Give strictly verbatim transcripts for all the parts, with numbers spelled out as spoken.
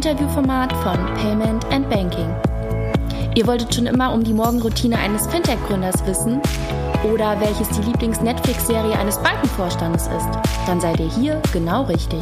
Interviewformat von Payment and Banking. Ihr wolltet schon immer um die Morgenroutine eines Fintech-Gründers wissen oder welches die Lieblings-Netflix-Serie eines Bankenvorstandes ist? Dann seid ihr hier genau richtig.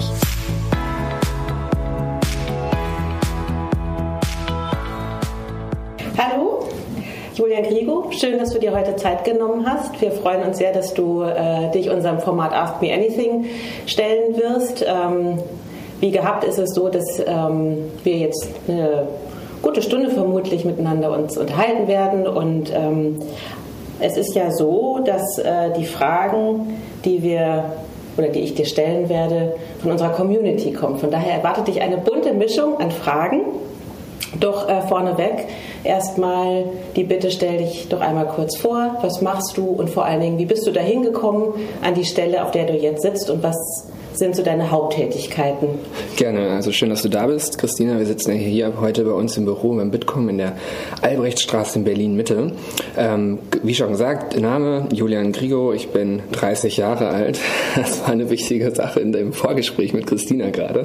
Hallo, Julian Grigo, schön, dass du dir heute Zeit genommen hast. Wir freuen uns sehr, dass du äh, dich unserem Format Ask Me Anything stellen wirst. Ähm, wie gehabt ist es so, dass ähm, wir jetzt eine gute Stunde vermutlich miteinander uns unterhalten werden und ähm, es ist ja so, dass äh, die Fragen, die wir oder die ich dir stellen werde, von unserer Community kommen. Von daher erwartet dich eine bunte Mischung an Fragen. Doch äh, vorneweg erstmal die Bitte, stell dich doch einmal kurz vor, was machst du und vor allen Dingen, wie bist du dahin gekommen an die Stelle, auf der du jetzt sitzt und was sind so deine Haupttätigkeiten? Gerne, also schön, dass du da bist, Christina. Wir sitzen hier heute bei uns im Büro beim Bitkom in der Albrechtstraße in Berlin-Mitte. Ähm, wie schon gesagt, Name Julian Grigo, ich bin dreißig Jahre alt. Das war eine wichtige Sache in dem Vorgespräch mit Christina gerade.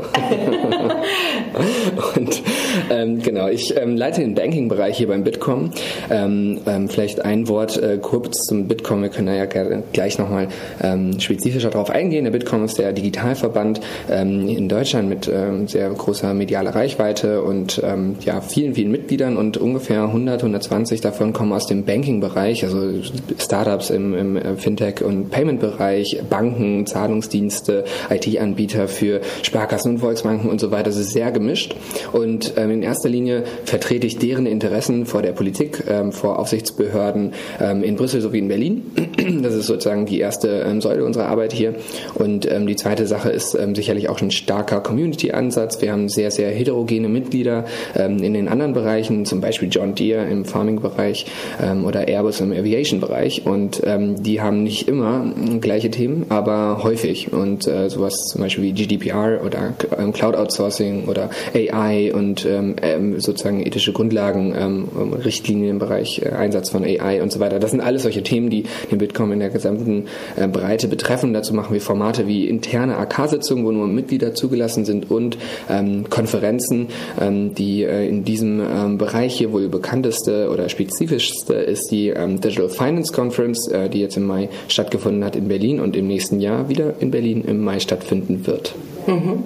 Und ähm, genau, ich ähm, leite den Banking-Bereich hier beim Bitkom. Ähm, ähm, vielleicht ein Wort äh, kurz zum Bitkom. Wir können da ja gleich nochmal ähm, spezifischer drauf eingehen. Der Bitkom ist der Digitalverband ähm, in Deutschland mit ähm, sehr großer medialer Reichweite und ähm, ja, vielen, vielen Mitgliedern und ungefähr hundert, hundertzwanzig davon kommen aus dem Banking-Bereich, also Startups im, im Fintech- und Payment-Bereich, Banken, Zahlungsdienste, I T-Anbieter für Sparkassen und Volksbanken und so weiter. Das ist sehr gemischt und ähm, in erster Linie vertrete ich deren Interessen vor der Politik, ähm, vor Aufsichtsbehörden ähm, in Brüssel sowie in Berlin. Das ist sozusagen die erste ähm, Säule unserer Arbeit hier und ähm, die zweite Sache ist ähm, sicherlich auch ein starker Community-Ansatz. Wir haben sehr, sehr heterogene Mitglieder ähm, in den anderen Bereichen, zum Beispiel John Deere im Farming-Bereich ähm, oder Airbus im Aviation-Bereich und ähm, die haben nicht immer gleiche Themen, aber häufig und äh, sowas zum Beispiel wie G D P R oder ähm, Cloud-Outsourcing oder A I und ähm, ähm, sozusagen ethische Grundlagen, ähm, Richtlinien im Bereich äh, Einsatz von A I und so weiter. Das sind alles solche Themen, die den Bitkom in der gesamten äh, Breite betreffen. Dazu machen wir Formate wie interne A K-Sitzungen, wo nur Mitglieder zugelassen sind und ähm, Konferenzen, ähm, die äh, in diesem ähm, Bereich hier wohl bekannteste oder spezifischste ist die ähm, Digital Finance Conference, äh, die jetzt im Mai stattgefunden hat in Berlin und im nächsten Jahr wieder in Berlin im Mai stattfinden wird. Mhm.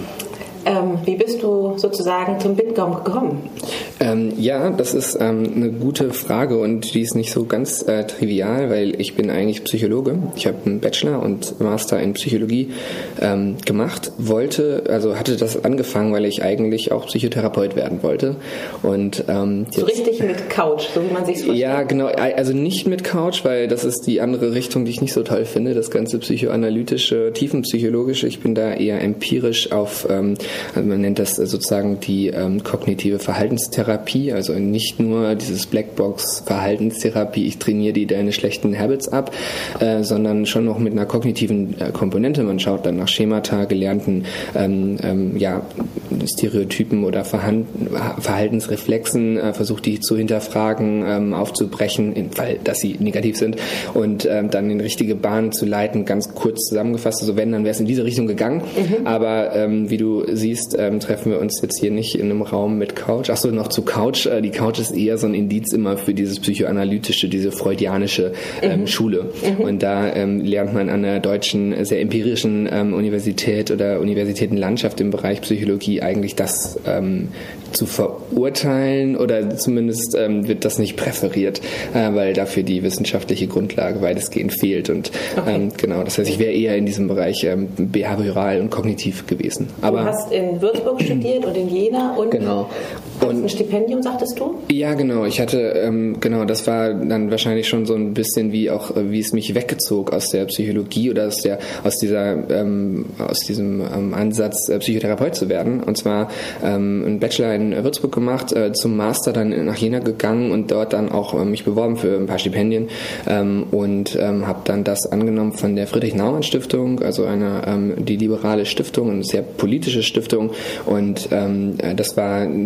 Ähm, wie bist du sozusagen zum Bitkom gekommen? Ähm, ja, das ist ähm, eine gute Frage und die ist nicht so ganz äh, trivial, weil ich bin eigentlich Psychologe. Ich habe einen Bachelor und Master in Psychologie ähm, gemacht, wollte, also hatte das angefangen, weil ich eigentlich auch Psychotherapeut werden wollte. Und ähm, so jetzt, richtig mit Couch, so wie man sich vorstellt? Ja, genau, also nicht mit Couch, weil das ist die andere Richtung, die ich nicht so toll finde, das ganze psychoanalytische, tiefenpsychologische. Ich bin da eher empirisch auf, ähm, also man nennt das sozusagen die ähm, kognitive Verhaltenstherapie, also nicht nur dieses Blackbox-Verhaltenstherapie, ich trainiere dir deine schlechten Habits ab, äh, sondern schon noch mit einer kognitiven äh, Komponente. Man schaut dann nach Schemata, gelernten ähm, ähm, ja, Stereotypen oder Verhand- Verhaltensreflexen, äh, versucht die zu hinterfragen, ähm, aufzubrechen, im Fall, dass sie negativ sind und ähm, dann in richtige Bahn zu leiten, ganz kurz zusammengefasst. Also wenn, dann wäre es in diese Richtung gegangen, mhm. aber ähm, wie du siehst, ähm, treffen wir uns jetzt hier nicht in einem Raum mit Couch. Achso, noch zu Couch. Äh, die Couch ist eher so ein Indiz immer für dieses psychoanalytische, diese freudianische ähm, mhm. Schule. Mhm. Und da ähm, lernt man an der deutschen, sehr empirischen ähm, Universität oder Universitätenlandschaft im Bereich Psychologie eigentlich das ähm, zu verurteilen oder zumindest ähm, wird das nicht präferiert, äh, weil dafür die wissenschaftliche Grundlage weitestgehend fehlt. Und okay. ähm, genau, das heißt, ich wäre eher in diesem Bereich ähm, behavioral und kognitiv gewesen. Aber du hast in Würzburg studiert und in Jena und genau. Und ein Stipendium, sagtest du? Ja, genau. Ich hatte, ähm, genau, das war dann wahrscheinlich schon so ein bisschen wie auch, wie es mich weggezog aus der Psychologie oder aus der, aus dieser, ähm, aus diesem ähm, Ansatz, äh, Psychotherapeut zu werden. Und zwar ähm, einen Bachelor in Würzburg gemacht, äh, zum Master dann nach Jena gegangen und dort dann auch äh, mich beworben für ein paar Stipendien ähm, und ähm, habe dann das angenommen von der Friedrich-Naumann-Stiftung, also eine ähm, die liberale Stiftung, eine sehr politische Stiftung und ähm, das war ein total spannendes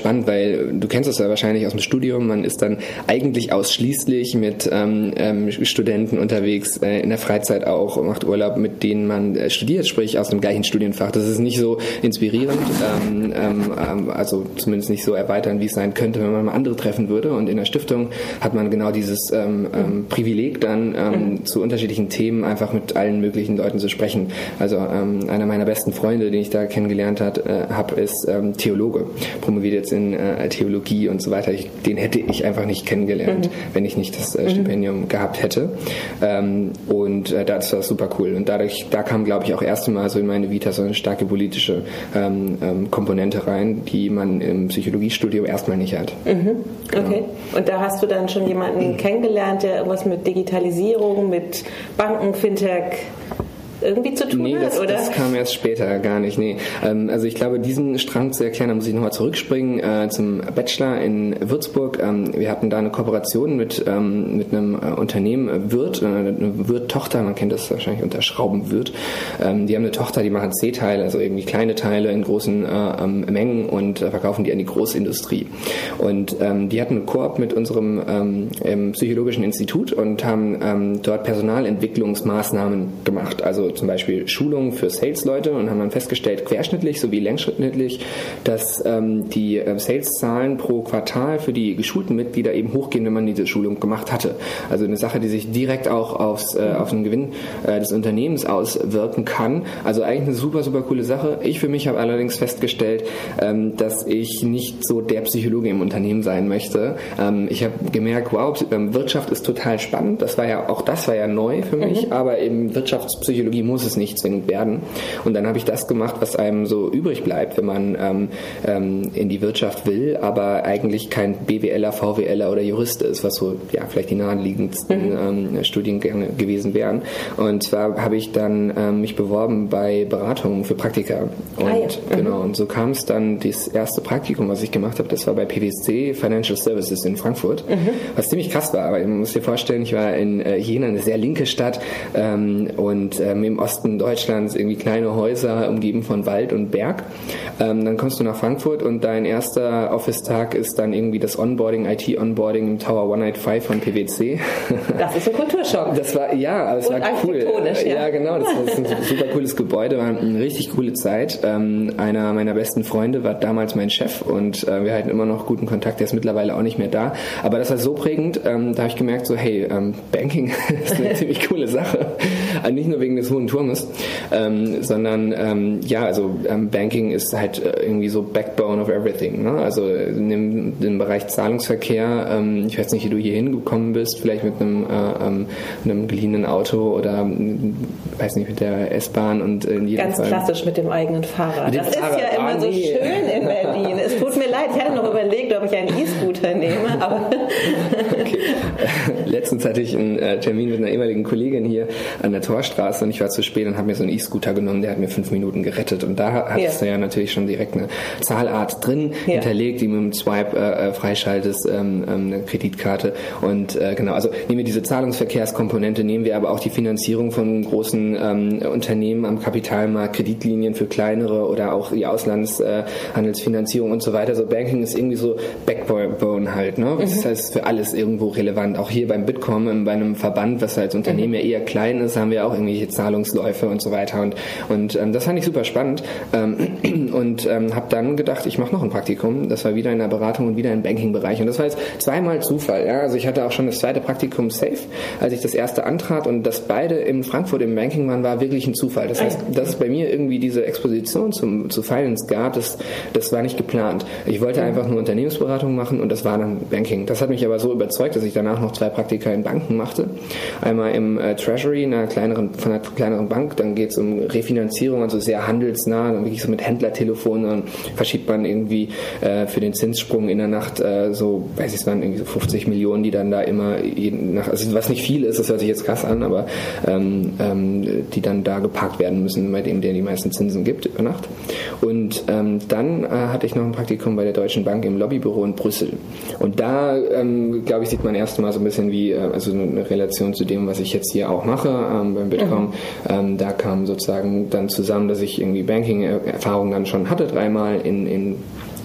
spannend, weil du kennst es ja wahrscheinlich aus dem Studium, man ist dann eigentlich ausschließlich mit ähm, ähm, Studenten unterwegs, äh, in der Freizeit auch, macht Urlaub, mit denen man äh, studiert, sprich aus dem gleichen Studienfach. Das ist nicht so inspirierend, ähm, ähm, also zumindest nicht so erweiternd, wie es sein könnte, wenn man mal andere treffen würde. Und in der Stiftung hat man genau dieses ähm, ähm, Privileg dann ähm, mhm. zu unterschiedlichen Themen einfach mit allen möglichen Leuten zu sprechen. Also ähm, einer meiner besten Freunde, den ich da kennengelernt äh, habe, ist ähm, Theologe, promoviert jetzt in äh, Theologie und so weiter. Ich, den hätte ich einfach nicht kennengelernt, mhm. wenn ich nicht das äh, Stipendium mhm. gehabt hätte. Ähm, und äh, das war super cool. Und dadurch, da kam, glaube ich, auch erst einmal so in meine Vita so eine starke politische ähm, ähm, Komponente rein, die man im Psychologiestudium erstmal nicht hat. Mhm. Okay. Ja. Und da hast du dann schon jemanden mhm. kennengelernt, der irgendwas mit Digitalisierung, mit Banken, Fintech irgendwie zu tun nee, das, hat, oder? das kam erst später, gar nicht, nee. Ähm, also ich glaube, diesen Strang zu erklären, da muss ich nochmal zurückspringen äh, zum Bachelor in Würzburg. Ähm, wir hatten da eine Kooperation mit, ähm, mit einem äh, Unternehmen, Wirth, äh, eine Wirth-Tochter, man kennt das wahrscheinlich unter Schrauben-Wirth. Ähm, die haben eine Tochter, die machen C-Teile, also irgendwie kleine Teile in großen äh, ähm, Mengen und äh, verkaufen die an die Großindustrie. Und ähm, die hatten eine Koop mit unserem ähm, im Psychologischen Institut und haben ähm, dort Personalentwicklungsmaßnahmen gemacht, also zum Beispiel Schulungen für Sales-Leute, und haben dann festgestellt, querschnittlich sowie längsschnittlich, dass ähm, die äh, Sales-Zahlen pro Quartal für die geschulten Mitglieder eben hochgehen, wenn man diese Schulung gemacht hatte. Also eine Sache, die sich direkt auch aufs, äh, auf den Gewinn äh, des Unternehmens auswirken kann. Also eigentlich eine super, super coole Sache. Ich für mich habe allerdings festgestellt, ähm, dass ich nicht so der Psychologe im Unternehmen sein möchte. Ähm, ich habe gemerkt, wow, Wirtschaft ist total spannend. Das war ja, auch das war ja neu für mich, mhm. aber eben Wirtschaftspsychologie muss es nicht zwingend werden. Und dann habe ich das gemacht, was einem so übrig bleibt, wenn man ähm, ähm, in die Wirtschaft will, aber eigentlich kein BWLer, VWLer oder Jurist ist, was so ja vielleicht die naheliegendsten mhm. ähm, Studiengänge gewesen wären. Und zwar habe ich dann ähm, mich beworben bei Beratungen für Praktika. Und ah, ja. mhm. genau, und so kam es dann, das erste Praktikum, was ich gemacht habe, das war bei P W C, Financial Services in Frankfurt, mhm. was ziemlich krass war. Aber man muss dir vorstellen, ich war in äh, Jena, eine sehr linke Stadt, ähm, und ähm, im Osten Deutschlands irgendwie kleine Häuser umgeben von Wald und Berg. Ähm, dann kommst du nach Frankfurt und dein erster Office-Tag ist dann irgendwie das Onboarding, I T-Onboarding im Tower hundertfünfundneunzig von P W C. Das ist ein Kulturschock. Das war, ja, aber es und war cool. Ja. ja, genau, das war ein super cooles Gebäude, war eine richtig coole Zeit. Ähm, einer meiner besten Freunde war damals mein Chef und äh, wir halten immer noch guten Kontakt, der ist mittlerweile auch nicht mehr da. Aber das war so prägend, ähm, da habe ich gemerkt, so hey, ähm, Banking ist eine ziemlich coole Sache. Also nicht nur wegen des hohen Turmes, ähm, sondern ähm, ja, also ähm, Banking ist halt äh, irgendwie so Backbone of everything. Ne? Also in dem, im Bereich Zahlungsverkehr, ähm, ich weiß nicht, wie du hier hingekommen bist, vielleicht mit einem, äh, ähm, einem geliehenen Auto oder weiß nicht, mit der S-Bahn und in jedem Ganz Fall klassisch mit dem eigenen Fahrrad. Das Fahrrad. ist ja immer ah, so nee. schön in Berlin. Es tut mir leid, ich hatte noch überlegt, ob ich einen E-Scooter nehme, aber okay. Letztens hatte ich einen äh, Termin mit einer ehemaligen Kollegin hier an der Torstraße und ich war zu spät und habe mir so einen E-Scooter genommen, der hat mir fünf Minuten gerettet. Und da hattest ja. du ja natürlich schon direkt eine Zahlart drin ja. hinterlegt, die mit dem Swipe äh, freischaltest, ähm, eine Kreditkarte. Und äh, genau, also nehmen wir diese Zahlungsverkehrskomponente, nehmen wir aber auch die Finanzierung von großen ähm, Unternehmen am Kapitalmarkt, Kreditlinien für kleinere oder auch die Auslandshandelsfinanzierung äh, und so weiter. So Banking ist irgendwie so Backbone halt, ne? Das mhm. heißt für alles irgendwo relevant. Auch hier beim Bitkom, bei einem Verband, was als Unternehmen mhm. ja eher klein ist, haben wir auch irgendwelche Zahlungsläufe und so weiter. Und, und ähm, das fand ich super spannend. Ähm, und ähm, habe dann gedacht, ich mache noch ein Praktikum. Das war wieder in der Beratung und wieder im Banking-Bereich. Und das war jetzt zweimal Zufall. Ja? Also ich hatte auch schon das zweite Praktikum safe, als ich das erste antrat. Und dass beide in Frankfurt im Banking waren, war wirklich ein Zufall. Das heißt, dass es bei mir irgendwie diese Exposition zum, zu Finance gab, das, das war nicht geplant. Ich wollte einfach nur Unternehmensberatung machen und das war dann Banking. Das hat mich aber so überzeugt, dass ich danach noch zwei Praktika in Banken machte. Einmal im äh, Treasury, einer kleineren, von einer kleineren Bank, dann geht es um Refinanzierung, also sehr handelsnah, dann wirklich so mit Händlertelefonen, dann verschiebt man irgendwie äh, für den Zinssprung in der Nacht äh, so, weiß ich, es waren irgendwie so fünfzig Millionen, die dann da immer jeden Nacht, also was nicht viel ist, das hört sich jetzt krass an, aber ähm, ähm, die dann da geparkt werden müssen, bei dem der die meisten Zinsen gibt über Nacht. Und ähm, dann äh, hatte ich noch ein Praktikum bei der Deutschen Bank im Lobbybüro in Brüssel. Und da, ähm, glaube ich, sieht man erst mal so ein bisschen wie, äh, also eine Relation zu dem, was ich jetzt hier auch mache ähm, beim Bitkom. Mhm. Ähm, da kam sozusagen dann zusammen, dass ich irgendwie Banking-Erfahrung dann schon hatte, dreimal in, in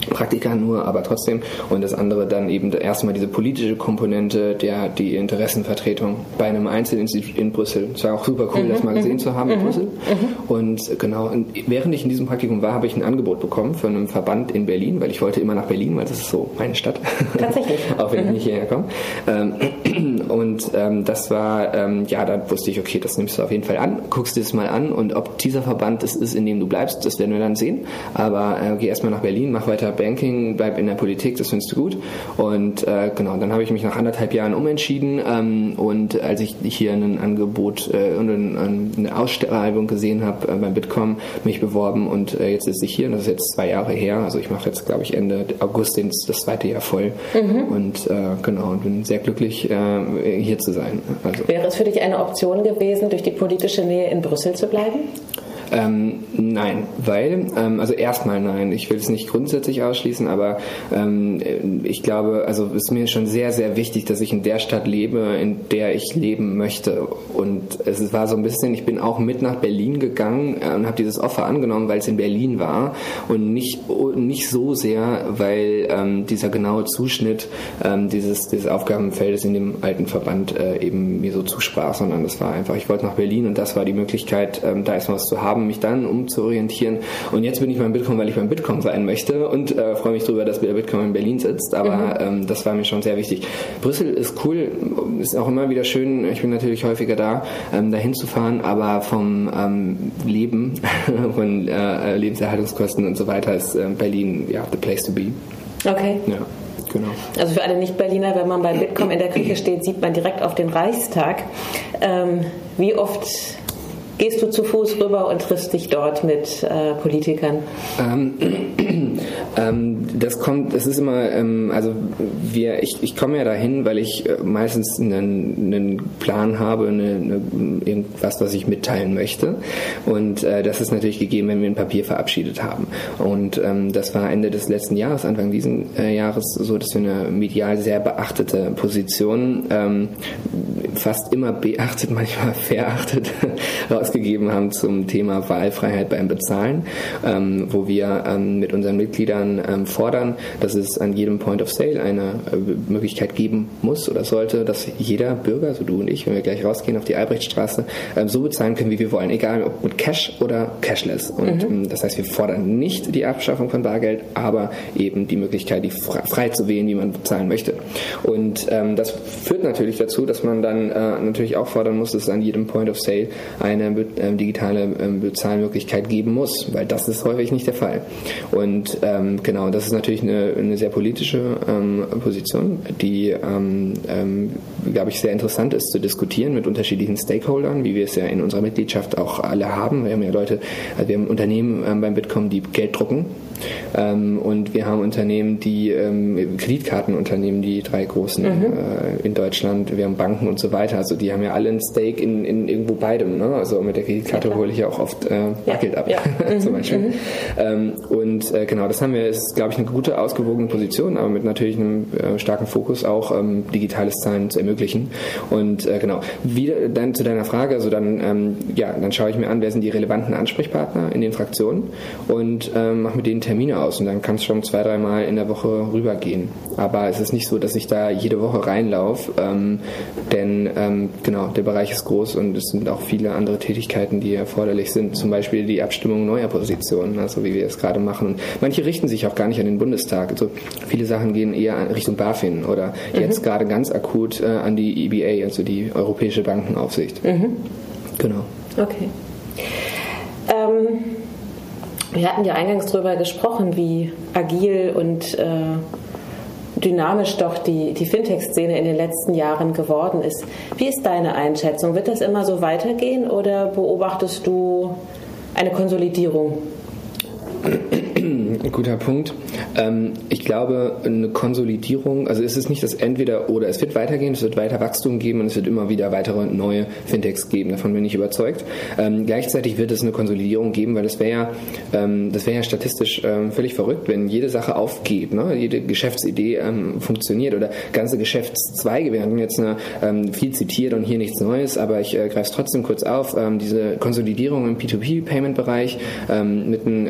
Praktika nur, aber trotzdem. Und das andere dann eben erstmal diese politische Komponente, der die Interessenvertretung bei einem Einzelinstitut in Brüssel. Es war auch super cool, mhm. das mal gesehen zu haben in mhm. Brüssel. Mhm. Und genau, und während ich in diesem Praktikum war, habe ich ein Angebot bekommen von einem Verband in Berlin, weil ich wollte immer nach Berlin, weil das ist so meine Stadt. Tatsächlich. Auch wenn mhm. ich nicht hierher komme. Und ähm, das war, ähm, ja, da wusste ich, okay, das nimmst du auf jeden Fall an, guckst dir das mal an und ob dieser Verband es ist, in dem du bleibst, das werden wir dann sehen. Aber äh, geh erstmal nach Berlin, mach weiter Banking, bleib in der Politik, das findest du gut. Und äh, genau, dann habe ich mich nach anderthalb Jahren umentschieden ähm, und als ich hier ein Angebot äh, und ein, eine Ausschreibung gesehen habe äh, beim Bitkom, mich beworben und äh, jetzt sitze ich hier und das ist jetzt zwei Jahre her, also ich mache jetzt glaube ich Ende August das zweite Jahr voll mhm. und äh, genau, und bin sehr glücklich äh, hier zu sein. Also. Wäre es für dich eine Option gewesen, durch die politische Nähe in Brüssel zu bleiben? Ähm, nein, weil, ähm, also erstmal nein, ich will es nicht grundsätzlich ausschließen, aber ähm, ich glaube, also es ist mir schon sehr, sehr wichtig, dass ich in der Stadt lebe, in der ich leben möchte. Und es war so ein bisschen, ich bin auch mit nach Berlin gegangen äh, und habe dieses Offer angenommen, weil es in Berlin war und nicht, nicht so sehr, weil ähm, dieser genaue Zuschnitt ähm, dieses, dieses Aufgabenfeldes in dem alten Verband äh, eben mir so zusprach, sondern das war einfach, ich wollte nach Berlin und das war die Möglichkeit, ähm, da erstmal was zu haben, mich dann umzuorientieren. Und jetzt bin ich beim Bitkom, weil ich beim Bitkom sein möchte und äh, freue mich darüber, dass der Bitkom in Berlin sitzt. Aber mhm. ähm, das war mir schon sehr wichtig. Brüssel ist cool, ist auch immer wieder schön. Ich bin natürlich häufiger da, ähm, dahin zu fahren, aber vom ähm, Leben, von äh, Lebenserhaltungskosten und so weiter ist äh, Berlin ja the place to be. Okay. Ja. Genau. Also für alle Nicht-Berliner, wenn man beim Bitkom in der Küche steht, sieht man direkt auf den Reichstag. Ähm, wie oft gehst du zu Fuß rüber und triffst dich dort mit äh, Politikern? Ähm, ähm, das kommt, es ist immer, ähm, also wir, ich, ich komme ja dahin, weil ich äh, meistens einen, einen Plan habe, eine, eine, irgendwas, was ich mitteilen möchte. Und äh, das ist natürlich gegeben, wenn wir ein Papier verabschiedet haben. Und ähm, das war Ende des letzten Jahres, Anfang diesen äh, Jahres so, dass wir eine medial sehr beachtete Position, ähm, fast immer beachtet, manchmal verachtet, rausgegeben haben zum Thema Wahlfreiheit beim Bezahlen, ähm, wo wir ähm, mit unseren Mitgliedern ähm, fordern, dass es an jedem Point of Sale eine äh, Möglichkeit geben muss oder sollte, dass jeder Bürger, so du und ich, wenn wir gleich rausgehen auf die Albrechtstraße, ähm, so bezahlen können, wie wir wollen, egal ob mit Cash oder Cashless. Und mhm. ähm, das heißt, wir fordern nicht die Abschaffung von Bargeld, aber eben die Möglichkeit, die frei, frei zu wählen, wie man bezahlen möchte. Und ähm, das führt natürlich dazu, dass man dann äh, natürlich auch fordern muss, dass es an jedem Point of Sale eine ähm, digitale ähm, Bezahlmöglichkeit geben muss, weil das ist häufig nicht der Fall. Und ähm, genau, das ist natürlich eine, eine sehr politische ähm, Position, die, ähm, ähm, glaube ich, sehr interessant ist zu diskutieren mit unterschiedlichen Stakeholdern, wie wir es ja in unserer Mitgliedschaft auch alle haben. Wir haben ja Leute, also wir haben Unternehmen ähm, beim Bitkom, die Geld drucken. Ähm, und wir haben Unternehmen, die ähm, Kreditkartenunternehmen, die drei großen mhm. äh, in Deutschland, wir haben Banken und so weiter, also die haben ja alle ein Stake in, in irgendwo beidem, ne? Also mit der Kreditkarte ja, hole ich ja auch oft äh, Bargeld ja. ab, ja. zum Beispiel. Mhm. Ähm, und äh, genau, das haben wir, ist glaube ich eine gute, ausgewogene Position, aber mit natürlich einem äh, starken Fokus auch ähm, digitales Zahlen zu ermöglichen. Und äh, genau, wieder dann zu deiner Frage, also dann, ähm, ja, dann schaue ich mir an, wer sind die relevanten Ansprechpartner in den Fraktionen und ähm, mache mit denen Termine aus und dann kann es schon zwei, dreimal in der Woche rübergehen. Aber es ist nicht so, dass ich da jede Woche reinlaufe, ähm, denn ähm, genau, der Bereich ist groß und es sind auch viele andere Tätigkeiten, die erforderlich sind. Zum Beispiel die Abstimmung neuer Positionen, also wie wir es gerade machen. Und manche richten sich auch gar nicht an den Bundestag. Also viele Sachen gehen eher in Richtung BaFin oder mhm. jetzt gerade ganz akut äh, an die E B A, also die Europäische Bankenaufsicht. Mhm. Genau. Okay. Ähm Wir hatten ja eingangs darüber gesprochen, wie agil und äh, dynamisch doch die, die Fintech-Szene in den letzten Jahren geworden ist. Wie ist deine Einschätzung? Wird das immer so weitergehen oder beobachtest du eine Konsolidierung? Guter Punkt. Ähm, ich glaube, eine Konsolidierung, also es ist nicht das Entweder oder. Es wird weitergehen, es wird weiter Wachstum geben und es wird immer wieder weitere neue Fintechs geben. Davon bin ich überzeugt. Ähm, gleichzeitig wird es eine Konsolidierung geben, weil das wäre ja, ähm, das wäre ja statistisch ähm, völlig verrückt, wenn jede Sache aufgeht, ne? Jede Geschäftsidee ähm, funktioniert oder ganze Geschäftszweige. Wir hatten jetzt eine, ähm, viel zitiert und hier nichts Neues, aber ich äh, greife es trotzdem kurz auf. Ähm, diese Konsolidierung im P zwei P-Payment-Bereich ähm, mit ein paar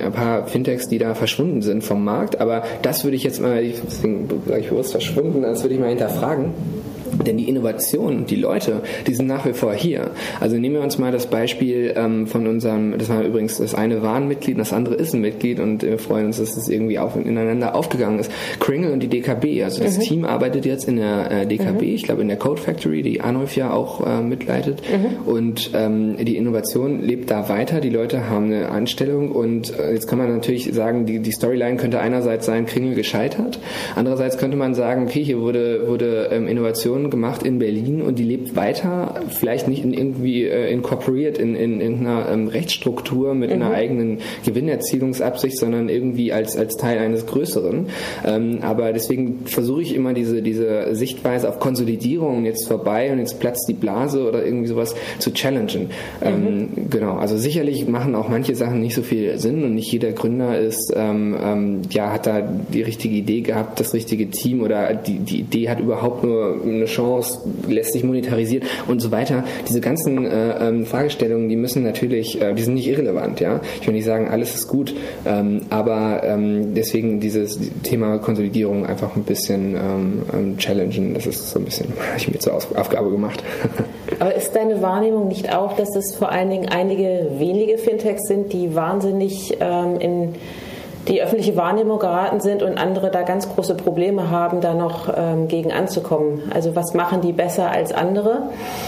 Fintechs, die da verschwunden sind vom Markt, aber das würde ich jetzt mal, deswegen sage ich bewusst verschwunden, das würde ich mal hinterfragen. Denn die Innovationen und die Leute, die sind nach wie vor hier. Also nehmen wir uns mal das Beispiel ähm, von unserem, das war übrigens das eine war ein Mitglied, das andere ist ein Mitglied und wir freuen uns, dass es irgendwie auf, ineinander aufgegangen ist. Kringle und die D K B, also das mhm. Team arbeitet jetzt in der äh, D K B, mhm. ich glaube in der Code Factory, die Arnulf ja auch äh, mitleitet mhm. und ähm, die Innovation lebt da weiter, die Leute haben eine Anstellung und äh, jetzt kann man natürlich sagen, die, die Storyline könnte einerseits sein, Kringle gescheitert, andererseits könnte man sagen, okay, hier wurde, wurde ähm, Innovation gemacht in Berlin und die lebt weiter, vielleicht nicht in irgendwie äh, incorporiert in, in, in einer ähm, Rechtsstruktur mit mhm. einer eigenen Gewinnerzielungsabsicht, sondern irgendwie als, als Teil eines Größeren. Ähm, aber deswegen versuche ich immer diese, diese Sichtweise auf Konsolidierung jetzt vorbei und jetzt platzt die Blase oder irgendwie sowas zu challengen. Ähm, mhm. Genau, also sicherlich machen auch manche Sachen nicht so viel Sinn und nicht jeder Gründer ist, ähm, ähm, ja, hat da die richtige Idee gehabt, das richtige Team oder die, die Idee hat überhaupt nur eine Chance, lässt sich monetarisieren und so weiter. Diese ganzen äh, ähm, Fragestellungen, die müssen natürlich, äh, die sind nicht irrelevant, ja. Ich will nicht sagen, alles ist gut, ähm, aber ähm, deswegen dieses Thema Konsolidierung einfach ein bisschen ähm, ähm, challengen, das ist so ein bisschen, habe ich mir zur Aufgabe gemacht. Aber ist deine Wahrnehmung nicht auch, dass es vor allen Dingen einige wenige Fintechs sind, die wahnsinnig ähm, in die öffentliche Wahrnehmung geraten sind und andere da ganz große Probleme haben, da noch ähm, gegen anzukommen? Also was machen die besser als andere?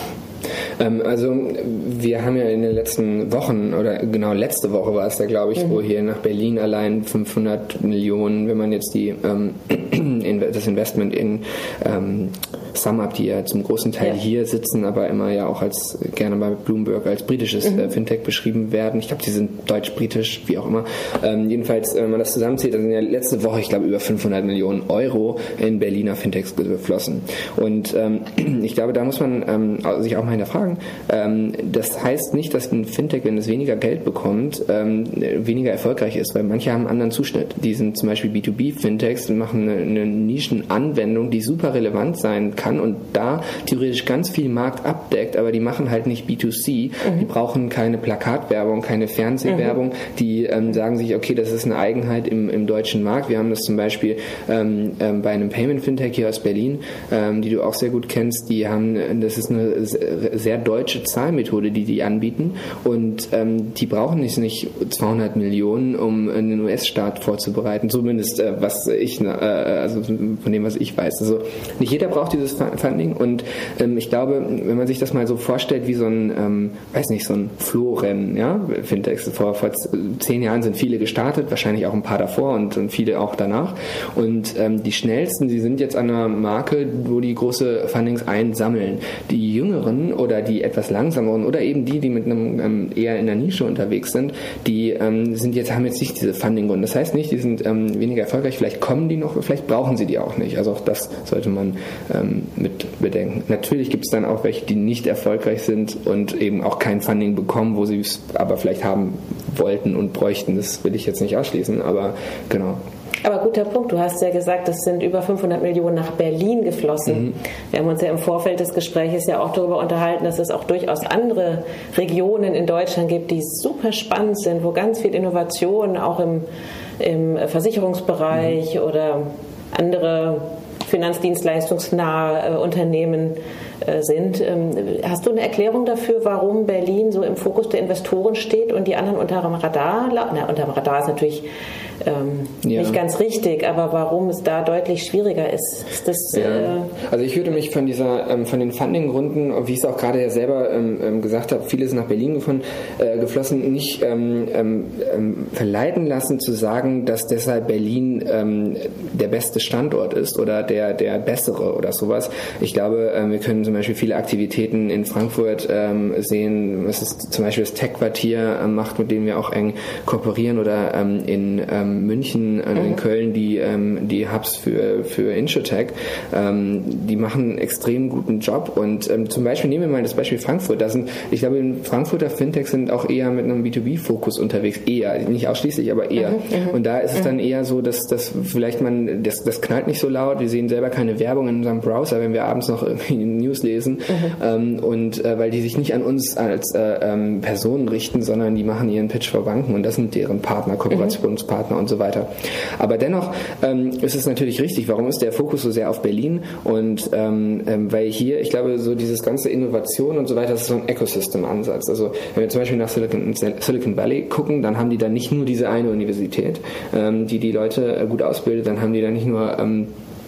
Ähm, also wir haben ja in den letzten Wochen, oder genau letzte Woche war es da, glaube ich, mhm. wo hier nach Berlin allein fünfhundert Millionen, wenn man jetzt die ähm, das Investment in ähm, SumUp, die ja zum großen Teil ja. hier sitzen, aber immer ja auch als gerne bei Bloomberg als britisches mhm. äh, Fintech beschrieben werden. Ich glaube, die sind deutsch-britisch, wie auch immer. Ähm, jedenfalls, wenn man das zusammenzählt, dann sind ja letzte Woche, ich glaube, über fünfhundert Millionen Euro in Berliner Fintechs geflossen. Und ähm, ich glaube, da muss man ähm, sich auch mal hinterfragen. Ähm, das heißt nicht, dass ein Fintech, wenn es weniger Geld bekommt, ähm, weniger erfolgreich ist, weil manche haben einen anderen Zuschnitt. Die sind zum Beispiel B zwei B Fintechs und machen eine, eine Nischenanwendung, die super relevant sein kann und da theoretisch ganz viel Markt abdeckt, aber die machen halt nicht B zwei C. Mhm. Die brauchen keine Plakatwerbung, keine Fernsehwerbung. Mhm. Die ähm, sagen sich, okay, das ist eine Eigenheit im, im deutschen Markt. Wir haben das zum Beispiel ähm, ähm, bei einem Payment-Fintech hier aus Berlin, ähm, die du auch sehr gut kennst. Die haben, das ist eine sehr deutsche Zahlmethode, die die anbieten und ähm, die brauchen nicht, nicht zweihundert Millionen, um einen U S-Staat vorzubereiten. Zumindest äh, was ich, äh, also von dem, was ich weiß. Also nicht jeder braucht dieses Funding und ähm, ich glaube, wenn man sich das mal so vorstellt wie so ein, ähm, weiß nicht, so ein Flohrennen, ja, Fintechs, vor, vor zehn Jahren sind viele gestartet, wahrscheinlich auch ein paar davor und, und viele auch danach und ähm, die schnellsten, sie sind jetzt an einer Marke, wo die große Fundings einsammeln. Die Jüngeren oder die etwas langsameren oder eben die, die mit einem ähm, eher in der Nische unterwegs sind, die ähm, sind jetzt, haben jetzt nicht diese Funding-Gründe. Das heißt nicht, die sind ähm, weniger erfolgreich, vielleicht kommen die noch, vielleicht brauchen sie die auch nicht. Also auch das sollte man ähm, mit bedenken. Natürlich gibt es dann auch welche, die nicht erfolgreich sind und eben auch kein Funding bekommen, wo sie es aber vielleicht haben wollten und bräuchten. Das will ich jetzt nicht ausschließen, aber genau. Aber guter Punkt, du hast ja gesagt, es sind über fünfhundert Millionen nach Berlin geflossen. Mhm. Wir haben uns ja im Vorfeld des Gesprächs ja auch darüber unterhalten, dass es auch durchaus andere Regionen in Deutschland gibt, die super spannend sind, wo ganz viel Innovation auch im, im Versicherungsbereich mhm. oder andere finanzdienstleistungsnahe äh, Unternehmen äh, sind. Ähm, hast du eine Erklärung dafür, warum Berlin so im Fokus der Investoren steht und die anderen unter dem Radar? Na, unter dem Radar ist natürlich ähm, ja. nicht ganz richtig, aber warum es da deutlich schwieriger ist? Ist das, ja. äh also ich würde mich von dieser, ähm, von den Funding-Gründen, wie ich es auch gerade ja selber ähm, gesagt habe, viele sind nach Berlin gefunden, äh, geflossen, nicht ähm, ähm, verleiten lassen zu sagen, dass deshalb Berlin ähm, der beste Standort ist oder der, der bessere oder sowas. Ich glaube, ähm, wir können zum Beispiel viele Aktivitäten in Frankfurt ähm, sehen, was ist zum Beispiel das Tech-Quartier ähm, macht, mit dem wir auch eng kooperieren oder ähm, in ähm, ähm, München, äh, mhm. in Köln die, ähm, die Hubs für, für Insurtech. Ähm, die machen einen extrem guten Job und ähm, zum Beispiel nehmen wir mal das Beispiel Frankfurt. Da sind, ich glaube, Frankfurter Fintechs sind auch eher mit einem B zwei B-Fokus unterwegs. Eher, nicht ausschließlich, aber eher. Mhm. Und da ist es dann eher so, dass, dass vielleicht man, das, das knallt nicht so laut, wir sehen selber keine Werbung in unserem Browser, wenn wir abends noch irgendwie News lesen. Mhm. Ähm, und äh, weil die sich nicht an uns als äh, ähm, Personen richten, sondern die machen ihren Pitch vor Banken und das sind deren Partner, Kooperationspartner mhm. und so weiter. Aber dennoch ähm, ist es natürlich richtig, warum ist der Fokus so sehr auf Berlin? Und ähm, ähm, weil hier, ich glaube, so dieses ganze Innovation und so weiter, das ist so ein Ecosystem-Ansatz. Also wenn wir zum Beispiel nach Silicon, Silicon Valley gucken, dann haben die da nicht nur diese eine Universität, ähm, die die Leute äh, gut ausbildet, dann haben die da nicht nur ähm,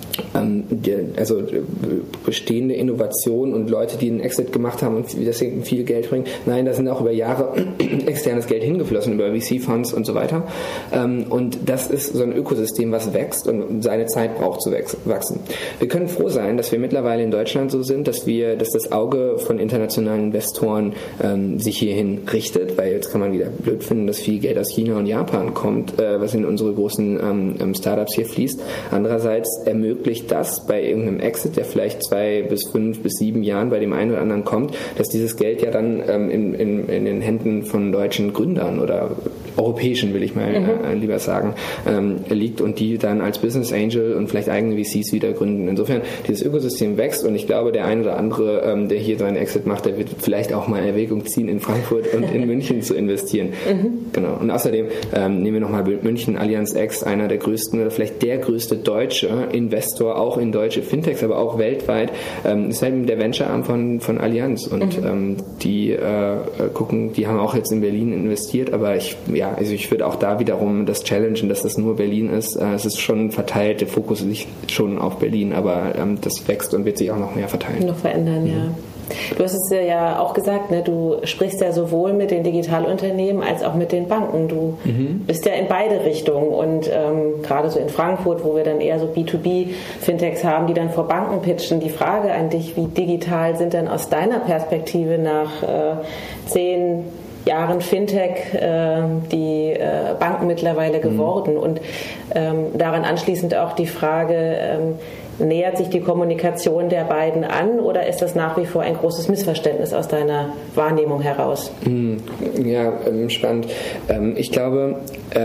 also bestehende Innovation und Leute, die einen Exit gemacht haben und deswegen viel Geld bringen. Nein, da sind auch über Jahre externes Geld hingeflossen, über V C-Funds und so weiter. Und das ist so ein Ökosystem, was wächst und seine Zeit braucht zu wachsen. Wir können froh sein, dass wir mittlerweile in Deutschland so sind, dass wir, dass das Auge von internationalen Investoren ähm, sich hierhin richtet, weil jetzt kann man wieder blöd finden, dass viel Geld aus China und Japan kommt, äh, was in unsere großen ähm, Startups hier fließt. Andererseits ermöglicht das bei irgendeinem Exit, der vielleicht zwei bis fünf bis sieben Jahren bei dem einen oder anderen kommt, dass dieses Geld ja dann ähm, in, in, in den Händen von deutschen Gründern oder europäischen, will ich mal mhm. äh, lieber sagen, ähm, liegt und die dann als Business Angel und vielleicht eigene V Cs wieder gründen. Insofern, dieses Ökosystem wächst und ich glaube, der ein oder andere, ähm, der hier seinen Exit macht, der wird vielleicht auch mal in Erwägung ziehen, in Frankfurt und in München zu investieren. Mhm. Genau. Und außerdem ähm, nehmen wir nochmal München, Allianz X, einer der größten oder vielleicht der größte deutsche Investor auch in deutsche Fintechs, aber auch weltweit, ähm, ist halt der Venture-Arm von, von Allianz und mhm. ähm, die äh, gucken, die haben auch jetzt in Berlin investiert, aber ich, ja, also ich würde auch da wiederum das challengen, dass das nur Berlin ist. Äh, es ist schon verteilt, der Fokus liegt schon auf Berlin, aber ähm, das wächst und wird sich auch noch mehr verteilen. Noch verändern, mhm. ja. Du hast es ja auch gesagt, ne? Du sprichst ja sowohl mit den Digitalunternehmen als auch mit den Banken. Du mhm. bist ja in beide Richtungen und ähm, gerade so in Frankfurt, wo wir dann eher so B zwei B-Fintechs haben, die dann vor Banken pitchen. Die Frage an dich, wie digital sind denn aus deiner Perspektive nach äh, zehn Jahren Fintech äh, die äh, Banken mittlerweile geworden? Mhm. Und ähm, daran anschließend auch die Frage, ähm, nähert sich die Kommunikation der beiden an oder ist das nach wie vor ein großes Missverständnis aus deiner Wahrnehmung heraus? Ja, spannend. Ich glaube,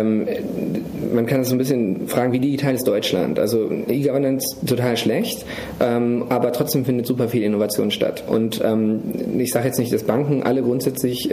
man kann es so ein bisschen fragen, wie digital ist Deutschland? Also E-Governance total schlecht, aber trotzdem findet super viel Innovation statt. Und ich sage jetzt nicht, dass Banken alle grundsätzlich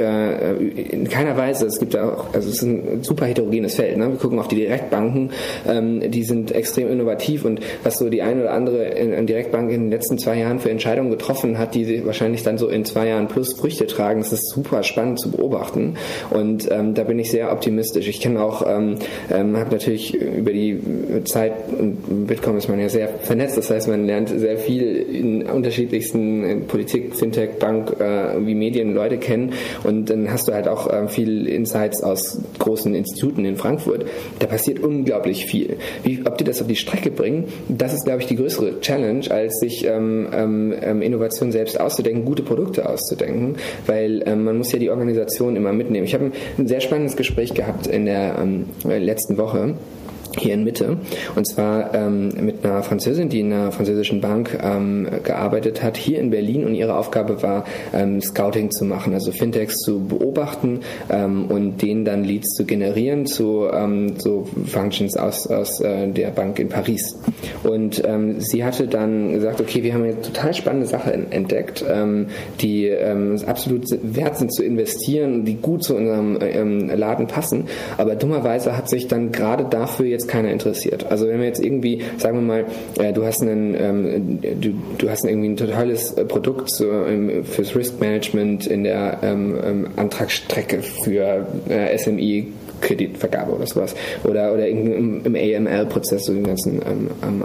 in keiner Weise, es gibt auch, also es ist ein super heterogenes Feld. Ne? Wir gucken auf die Direktbanken, die sind extrem innovativ und was so die eine oder andere in, in Direktbank in den letzten zwei Jahren für Entscheidungen getroffen hat, die sie wahrscheinlich dann so in zwei Jahren plus Früchte tragen. Das ist super spannend zu beobachten und ähm, da bin ich sehr optimistisch. Ich kenne auch, ähm, ähm, habe natürlich über die Zeit, und Bitkom ist man ja sehr vernetzt, das heißt, man lernt sehr viel in unterschiedlichsten in Politik, Fintech, Bank, äh, wie Medien Leute kennen und dann hast du halt auch äh, viel Insights aus großen Instituten in Frankfurt. Da passiert unglaublich viel. Wie, ob die das auf die Strecke bringen, das ist, glaube ich, die größere Challenge, als sich ähm, ähm, Innovation selbst auszudenken, gute Produkte auszudenken, weil ähm, man muss ja die Organisation immer mitnehmen. Ich habe ein, ein sehr spannendes Gespräch gehabt in der ähm, letzten Woche hier in Mitte, und zwar ähm, mit einer Französin, die in einer französischen Bank ähm, gearbeitet hat, hier in Berlin, und ihre Aufgabe war, ähm, Scouting zu machen, also Fintechs zu beobachten ähm, und denen dann Leads zu generieren zu ähm, so Functions aus, aus äh, der Bank in Paris. Und ähm, sie hatte dann gesagt, okay, wir haben eine total spannende Sache entdeckt, ähm, die ähm, absolut wert sind zu investieren, die gut zu unserem ähm, Laden passen, aber dummerweise hat sich dann gerade dafür jetzt keiner interessiert. Also wenn wir jetzt irgendwie, sagen wir mal, äh, du hast einen, ähm, du, du hast irgendwie ein totales äh, Produkt so, ähm, fürs Risk Management in der ähm, ähm, Antragsstrecke für äh, S M I Kreditvergabe oder sowas. Oder, oder im, im A M L-Prozess, so die ganzen ähm,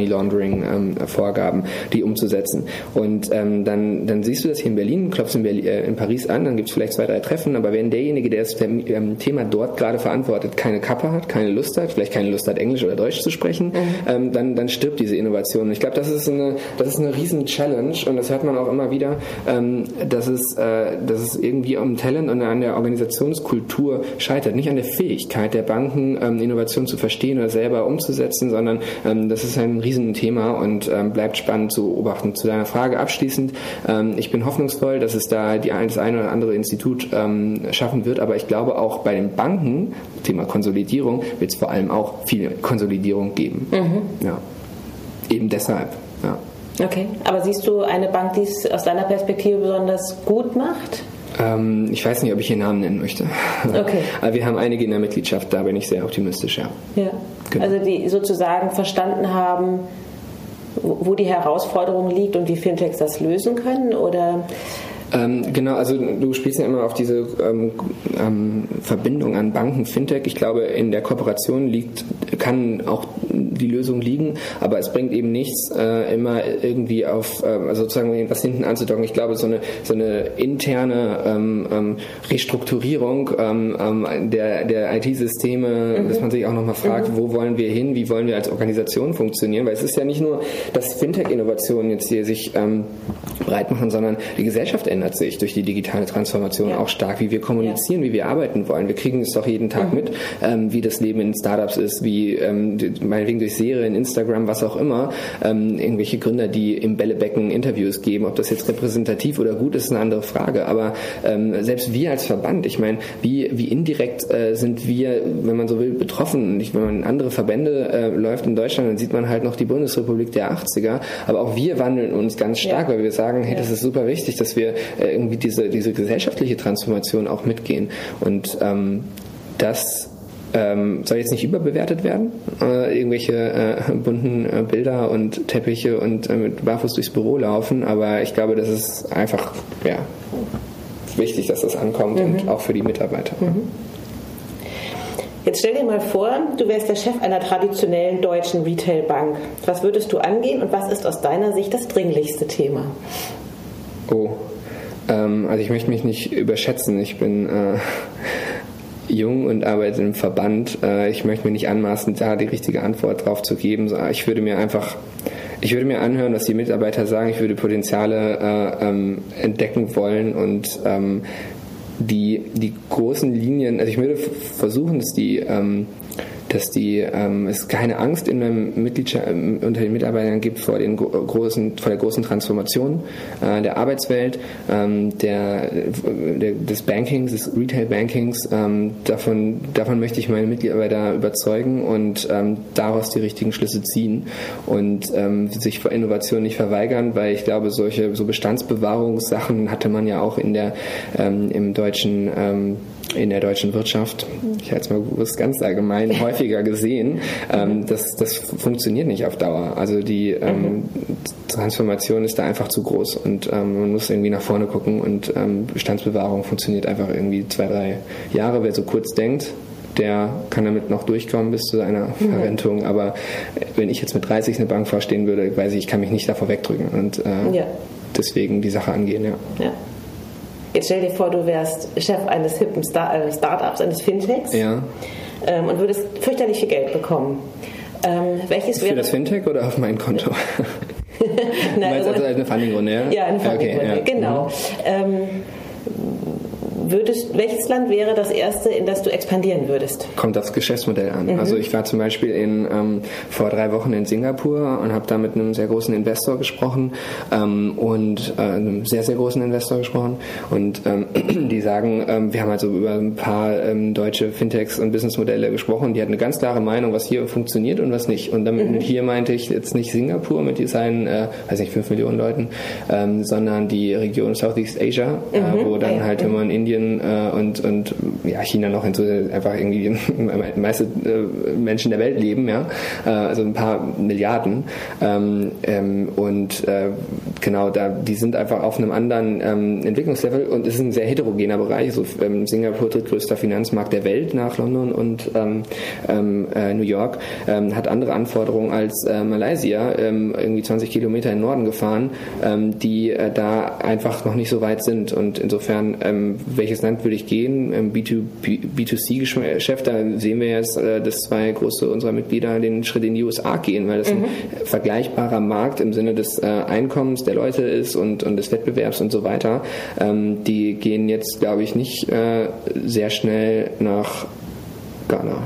Anti-Money-Laundering-Vorgaben, ähm, die umzusetzen. Und ähm, dann, dann siehst du das hier in Berlin, klopfst in, Berlin, äh, in Paris an, dann gibt es vielleicht zwei, drei Treffen, aber wenn derjenige, der das ähm, Thema dort gerade verantwortet, keine Kappe hat, keine Lust hat, vielleicht keine Lust hat, Englisch oder Deutsch zu sprechen, mhm. ähm, dann, dann stirbt diese Innovation. Und ich glaube, das ist eine, das ist eine riesen Challenge, und das hört man auch immer wieder, ähm, dass, es, äh, dass es irgendwie am Talent und an der Organisationskultur scheitert. Nicht an der der Fähigkeit der Banken, ähm, Innovation zu verstehen oder selber umzusetzen, sondern ähm, das ist ein Riesenthema und ähm, bleibt spannend zu beobachten. Zu deiner Frage abschließend, ähm, ich bin hoffnungsvoll, dass es da die, das eine oder andere Institut ähm, schaffen wird, aber ich glaube auch bei den Banken, Thema Konsolidierung, wird es vor allem auch viel Konsolidierung geben. Mhm. Ja. Eben deshalb, ja. Okay, aber siehst du eine Bank, die es aus deiner Perspektive besonders gut macht? Ähm, ich weiß nicht, ob ich hier Namen nennen möchte. Okay. Aber wir haben einige in der Mitgliedschaft, da bin ich sehr optimistisch, ja. Ja, genau. Also die sozusagen verstanden haben, wo die Herausforderung liegt und wie Fintechs das lösen können, oder? Ähm, genau, also du spielst ja immer auf diese ähm, ähm, Verbindung an Banken, Fintech. Ich glaube, in der Kooperation liegt, kann auch die Lösung liegen, aber es bringt eben nichts, äh, immer irgendwie auf, äh, also sozusagen was hinten anzudocken. Ich glaube, so eine, so eine interne ähm, ähm, Restrukturierung ähm, ähm, der, der I T-Systeme, mhm. dass man sich auch nochmal fragt, mhm. wo wollen wir hin, wie wollen wir als Organisation funktionieren, weil es ist ja nicht nur, dass Fintech-Innovationen jetzt hier sich ähm, breit machen, sondern die Gesellschaft ändert sich durch die digitale Transformation ja. auch stark, wie wir kommunizieren, ja. wie wir arbeiten wollen. Wir kriegen es doch jeden Tag mhm. mit, ähm, wie das Leben in Startups ist, wie ähm, meinetwegen durch Serien, Instagram, was auch immer, ähm, irgendwelche Gründer, die im Bällebecken Interviews geben. Ob das jetzt repräsentativ oder gut ist, ist eine andere Frage. Aber ähm, selbst wir als Verband, ich meine, wie, wie indirekt äh, sind wir, wenn man so will, betroffen. Und wenn man in andere Verbände äh, läuft in Deutschland, dann sieht man halt noch die Bundesrepublik der achtziger. Aber auch wir wandeln uns ganz stark, ja. weil wir sagen, hey, das ist super wichtig, dass wir äh, irgendwie diese, diese gesellschaftliche Transformation auch mitgehen. Und ähm, das Ähm, soll jetzt nicht überbewertet werden, äh, irgendwelche äh, bunten äh, Bilder und Teppiche und äh, mit barfuß durchs Büro laufen, aber ich glaube, das ist einfach ja, wichtig, dass das ankommt mhm. und auch für die Mitarbeiter. Mhm. Jetzt stell dir mal vor, du wärst der Chef einer traditionellen deutschen Retailbank. Was würdest du angehen und was ist aus deiner Sicht das dringlichste Thema? Oh, ähm, also ich möchte mich nicht überschätzen, ich bin äh, jung und arbeite im Verband. Ich möchte mir nicht anmaßen, da die richtige Antwort drauf zu geben. Ich würde mir einfach, ich würde mir anhören, was die Mitarbeiter sagen. Ich würde Potenziale äh, ähm, entdecken wollen und ähm, die, die großen Linien, also ich würde versuchen, dass die ähm, dass die, ähm, es keine Angst in einem Mitgliedschaft, unter den Mitarbeitern gibt vor, den großen, vor der großen Transformation äh, der Arbeitswelt, ähm, der, der, des Bankings, des Retail-Bankings. Ähm, davon, davon möchte ich meine Mitarbeiter überzeugen und ähm, daraus die richtigen Schlüsse ziehen und ähm, sich vor Innovation nicht verweigern, weil ich glaube, solche so Bestandsbewahrungssachen hatte man ja auch in der, ähm, im deutschen ähm, in der deutschen Wirtschaft, ich halte es mal bewusst ganz allgemein, häufiger gesehen. Ähm, das, das funktioniert nicht auf Dauer. Also die ähm, Transformation ist da einfach zu groß und ähm, man muss irgendwie nach vorne gucken und ähm, Bestandsbewahrung funktioniert einfach irgendwie zwei, drei Jahre. Wer so kurz denkt, der kann damit noch durchkommen bis zu seiner Verrentung. Mhm. Aber wenn ich jetzt mit dreißig eine Bank vorstehen würde, weiß ich, ich kann mich nicht davor wegdrücken und äh, ja. deswegen die Sache angehen. Ja. ja. Jetzt stell dir vor, du wärst Chef eines hippen Star- äh, Startups, eines Fintechs ja. ähm, und würdest fürchterlich viel Geld bekommen. Ähm, welches Für wäre das Fintech oder auf mein Konto? Nein, also, also eine Funding-Runde, ja? Ja, eine Funding-Runde, okay, ja. genau. Mhm. Ähm, Würdest, welches Land wäre das erste, in das du expandieren würdest? Kommt aufs Geschäftsmodell an. Mhm. Also ich war zum Beispiel in, ähm, vor drei Wochen in Singapur und habe da mit einem sehr großen Investor gesprochen ähm, und äh, einem sehr, sehr großen Investor gesprochen und ähm, die sagen, ähm, wir haben also über ein paar ähm, deutsche Fintechs und Businessmodelle gesprochen, die hatten eine ganz klare Meinung, was hier funktioniert und was nicht. Und damit mhm. hier meinte ich jetzt nicht Singapur mit seinen, äh, weiß nicht, fünf Millionen Leuten, ähm, sondern die Region Southeast Asia, mhm. äh, wo dann halt, wenn man in Indien und, und ja, China noch hinzu, einfach irgendwie die meisten Menschen der Welt leben, ja, also ein paar Milliarden ähm, ähm, und äh, genau, da, die sind einfach auf einem anderen ähm, Entwicklungslevel und es ist ein sehr heterogener Bereich, so ähm, Singapur, drittgrößter Finanzmarkt der Welt nach London und ähm, äh, New York, ähm, hat andere Anforderungen als äh, Malaysia, ähm, irgendwie zwanzig Kilometer in den Norden gefahren, ähm, die äh, da einfach noch nicht so weit sind und insofern ähm, welches Land würde ich gehen? B zwei C Geschäft, da sehen wir jetzt, dass zwei große unserer Mitglieder den Schritt in die U S A gehen, weil das mhm. ein vergleichbarer Markt im Sinne des Einkommens der Leute ist und, und des Wettbewerbs und so weiter. Die gehen jetzt, glaube ich, nicht sehr schnell nach Ghana.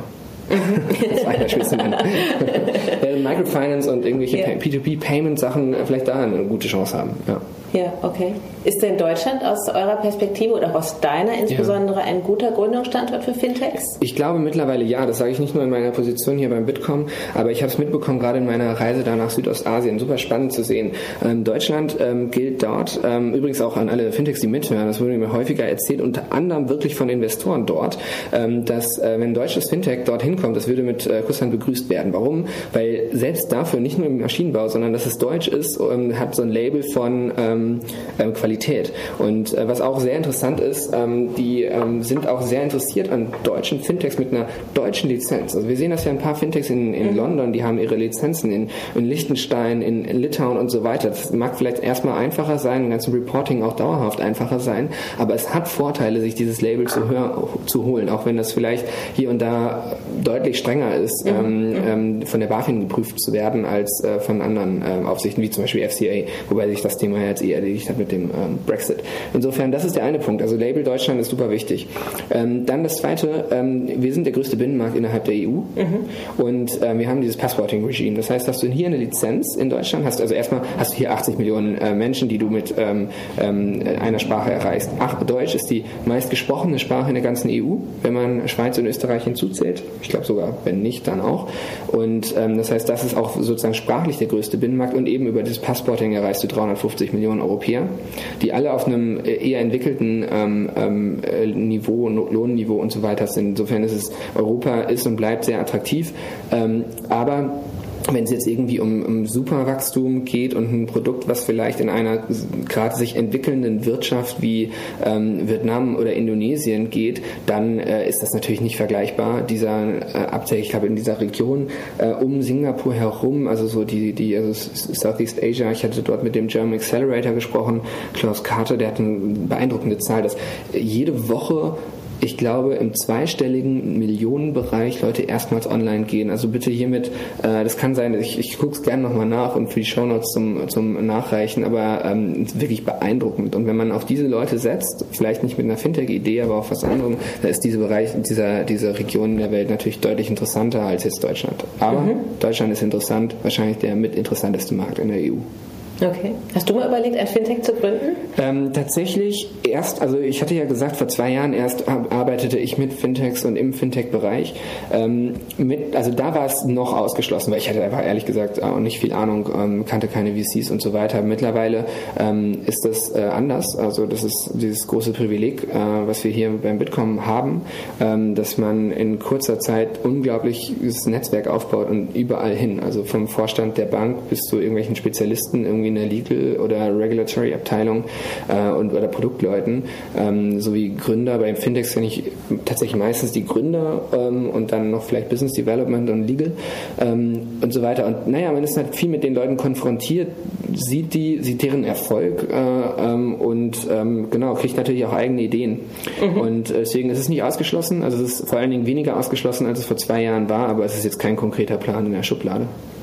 Das war ein Beispiel zu nennen. Während Microfinance und irgendwelche ja. P zwei P-Payment-Sachen vielleicht da eine gute Chance haben. Ja. Ja, okay. Ist denn Deutschland aus eurer Perspektive oder aus deiner insbesondere ja. ein guter Gründungsstandort für Fintechs? Ich glaube mittlerweile ja. Das sage ich nicht nur in meiner Position hier beim Bitkom, aber ich habe es mitbekommen, gerade in meiner Reise da nach Südostasien. Super spannend zu sehen. Ähm, Deutschland ähm, gilt dort, ähm, übrigens auch an alle Fintechs, die mithören, das wurde mir häufiger erzählt, unter anderem wirklich von Investoren dort, ähm, dass äh, wenn ein deutsches Fintech dorthin kommt, das würde mit äh, Kusshand begrüßt werden. Warum? Weil selbst dafür, nicht nur im Maschinenbau, sondern dass es deutsch ist, ähm, hat so ein Label von ähm, ähm, Qualität. Und äh, was auch sehr interessant ist, ähm, die ähm, sind auch sehr interessiert an deutschen Fintechs mit einer deutschen Lizenz. Also wir sehen das ja ein paar Fintechs in, in mhm. London, die haben ihre Lizenzen in, in Liechtenstein, in, in Litauen und so weiter. Das mag vielleicht erstmal einfacher sein, im ganzen Reporting auch dauerhaft einfacher sein, aber es hat Vorteile, sich dieses Label zu, hör, zu holen, auch wenn das vielleicht hier und da deutlich strenger ist, mhm. ähm, ähm, von der BaFin geprüft zu werden, als äh, von anderen ähm, Aufsichten, wie zum Beispiel F C A, wobei sich das Thema jetzt eh erledigt hat mit dem ähm, Brexit. Insofern, das ist der eine Punkt. Also Label Deutschland ist super wichtig. Ähm, dann das zweite, ähm, wir sind der größte Binnenmarkt innerhalb der E U mhm. und ähm, wir haben dieses Passporting-Regime. Das heißt, dass du hier eine Lizenz in Deutschland hast, also erstmal hast du hier achtzig Millionen äh, Menschen, die du mit ähm, ähm, einer Sprache erreichst. Ach, Deutsch ist die meistgesprochene Sprache in der ganzen E U, wenn man Schweiz und Österreich hinzuzählt. Ich glaube sogar, wenn nicht, dann auch. Und ähm, das heißt, das ist auch sozusagen sprachlich der größte Binnenmarkt und eben über das Passporting erreichst du dreihundertfünfzig Millionen Europäer, die alle auf einem eher entwickelten ähm, ähm, Niveau, Lohnniveau und so weiter sind. Insofern ist es, Europa ist und bleibt sehr attraktiv, ähm, aber wenn es jetzt irgendwie um, um Superwachstum geht und ein Produkt, was vielleicht in einer gerade sich entwickelnden Wirtschaft wie ähm, Vietnam oder Indonesien geht, dann äh, ist das natürlich nicht vergleichbar. Dieser äh, Abzeichen, ich glaube in dieser Region äh, um Singapur herum, also so die, die also Southeast Asia, ich hatte dort mit dem German Accelerator gesprochen, Klaus Carter, der hat eine beeindruckende Zahl, dass jede Woche, ich glaube, im zweistelligen Millionenbereich Leute erstmals online gehen. Also bitte hiermit, äh, das kann sein, ich, ich gucke es gerne nochmal nach und für die Shownotes zum, zum Nachreichen, aber ähm, wirklich beeindruckend. Und wenn man auf diese Leute setzt, vielleicht nicht mit einer Fintech-Idee, aber auf was anderem, da ist diese Bereich, dieser, diese Region der Welt natürlich deutlich interessanter als jetzt Deutschland. Aber mhm. Deutschland ist interessant, wahrscheinlich der mit interessanteste Markt in der E U. Okay. Hast du mal überlegt, ein Fintech zu gründen? Ähm, tatsächlich erst, also ich hatte ja gesagt, vor zwei Jahren erst arbeitete ich mit Fintechs und im Fintech-Bereich. Ähm, mit, also da war es noch ausgeschlossen, weil ich hatte einfach ehrlich gesagt auch nicht viel Ahnung, ähm, kannte keine V Cs und so weiter. Mittlerweile ähm, ist das äh, anders. Also das ist dieses große Privileg, äh, was wir hier beim Bitkom haben, ähm, dass man in kurzer Zeit unglaubliches Netzwerk aufbaut und überall hin. Also vom Vorstand der Bank bis zu irgendwelchen Spezialisten irgendwie in der Legal- oder Regulatory-Abteilung äh, und oder Produktleuten, ähm, sowie Gründer. Bei Fintechs kenne ich tatsächlich meistens die Gründer ähm, und dann noch vielleicht Business Development und Legal ähm, und so weiter. Und naja, man ist halt viel mit den Leuten konfrontiert, sieht die, sieht deren Erfolg äh, ähm, und ähm, genau, kriegt natürlich auch eigene Ideen. Mhm. Und deswegen ist es nicht ausgeschlossen, also es ist vor allen Dingen weniger ausgeschlossen, als es vor zwei Jahren war, aber es ist jetzt kein konkreter Plan in der Schublade.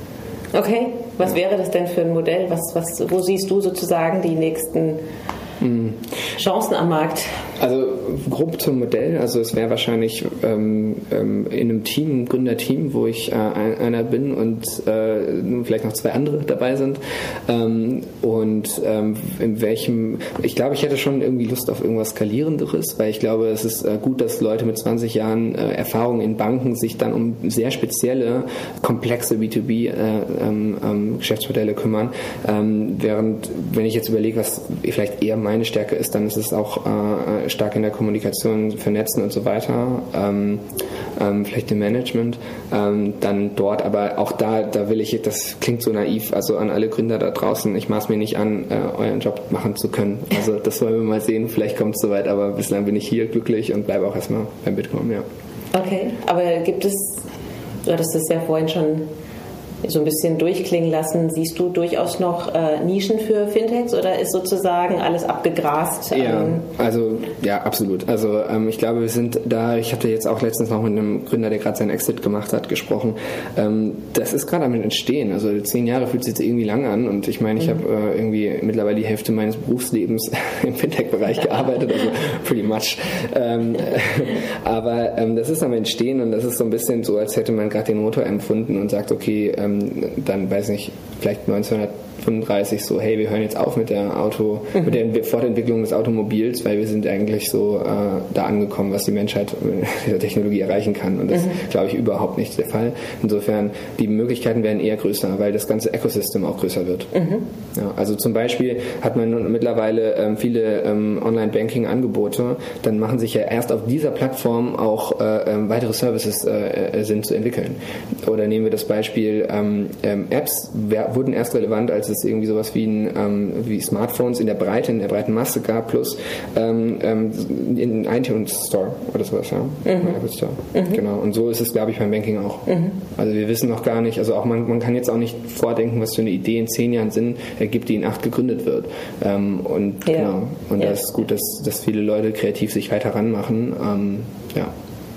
Okay, was wäre das denn für ein Modell? Was, was, wo siehst du sozusagen die nächsten hm. Chancen am Markt? Also grob zum Modell, also es wäre wahrscheinlich ähm, ähm, in einem Team, einem Gründerteam, wo ich äh, einer bin und äh, vielleicht noch zwei andere dabei sind ähm, und ähm, in welchem, ich glaube, ich hätte schon irgendwie Lust auf irgendwas Skalierenderes, weil ich glaube, es ist äh, gut, dass Leute mit zwanzig Jahren äh, Erfahrung in Banken sich dann um sehr spezielle, komplexe B zwei B äh, ähm, ähm, Geschäftsmodelle kümmern, ähm, während, wenn ich jetzt überlege, was vielleicht eher meine Stärke ist, dann ist es auch äh, stark in der Kommunikation, Vernetzen und so weiter, ähm, ähm, vielleicht im Management, ähm, dann dort, aber auch da, da will ich, das klingt so naiv, also an alle Gründer da draußen, ich maß mir nicht an, äh, euren Job machen zu können. Also das wollen wir mal sehen, vielleicht kommt es soweit, aber bislang bin ich hier glücklich und bleibe auch erstmal beim Bitkom, ja. Okay, aber gibt es, du hattest es ja vorhin schon so ein bisschen durchklingen lassen, siehst du durchaus noch äh, Nischen für Fintechs oder ist sozusagen alles abgegrast? Ähm ja, also ja, absolut. Also ähm, ich glaube, wir sind da, ich hatte jetzt auch letztens noch mit einem Gründer, der gerade seinen Exit gemacht hat, gesprochen. Ähm, das ist gerade am Entstehen. Also zehn Jahre fühlt sich jetzt irgendwie lang an und ich meine, ich mhm. habe äh, irgendwie mittlerweile die Hälfte meines Berufslebens im Fintech-Bereich gearbeitet, also pretty much. Ähm, aber ähm, das ist am Entstehen und das ist so ein bisschen so, als hätte man gerade den Motor empfunden und sagt, okay, ähm, dann weiß nicht, vielleicht neunzehnhundertfünfunddreißig so, hey, wir hören jetzt auf mit der Auto, mhm. mit der Fortentwicklung des Automobils, weil wir sind eigentlich so äh, da angekommen, was die Menschheit mit dieser Technologie erreichen kann. Und das mhm. glaube ich überhaupt nicht der Fall. Insofern, die Möglichkeiten werden eher größer, weil das ganze Ecosystem auch größer wird. Mhm. Ja, also zum Beispiel hat man mittlerweile ähm, viele ähm, Online-Banking-Angebote, dann machen sich ja erst auf dieser Plattform auch äh, ähm, weitere Services äh, sind zu entwickeln. Oder nehmen wir das Beispiel ähm, ähm, Apps wer, wurden erst relevant, als es irgendwie sowas wie, ein, ähm, wie Smartphones in der Breite, in der breiten Masse gab, plus ähm, ähm, in iTunes Store oder sowas, ja. Mhm. Apple Store. Mhm. Genau. Und so ist es, glaube ich, beim Banking auch. Mhm. Also wir wissen noch gar nicht, also auch man, man kann jetzt auch nicht vordenken, was für eine Idee in zehn Jahren Sinn ergibt, die in acht gegründet wird. Ähm, und ja. genau. Und ja. da ist gut, dass, dass viele Leute kreativ sich weiter ranmachen. Ähm, ja.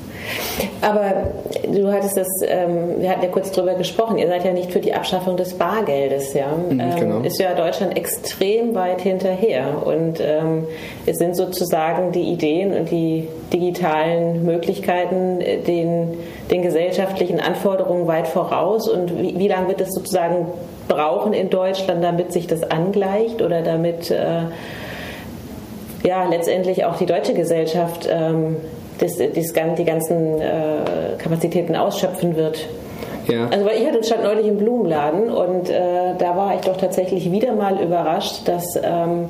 Aber du hattest das, ähm, wir hatten ja kurz drüber gesprochen, ihr seid ja nicht für die Abschaffung des Bargeldes, ja. Mhm, genau. ähm, ist ja Deutschland extrem weit hinterher und ähm, es sind sozusagen die Ideen und die digitalen Möglichkeiten den, den gesellschaftlichen Anforderungen weit voraus und wie, wie lange wird es sozusagen brauchen in Deutschland, damit sich das angleicht oder damit äh, ja letztendlich auch die deutsche Gesellschaft ähm, Das, das, die ganzen äh, Kapazitäten ausschöpfen wird. Ja. Also weil ich hatte stand neulich im Blumenladen und äh, da war ich doch tatsächlich wieder mal überrascht, dass ähm,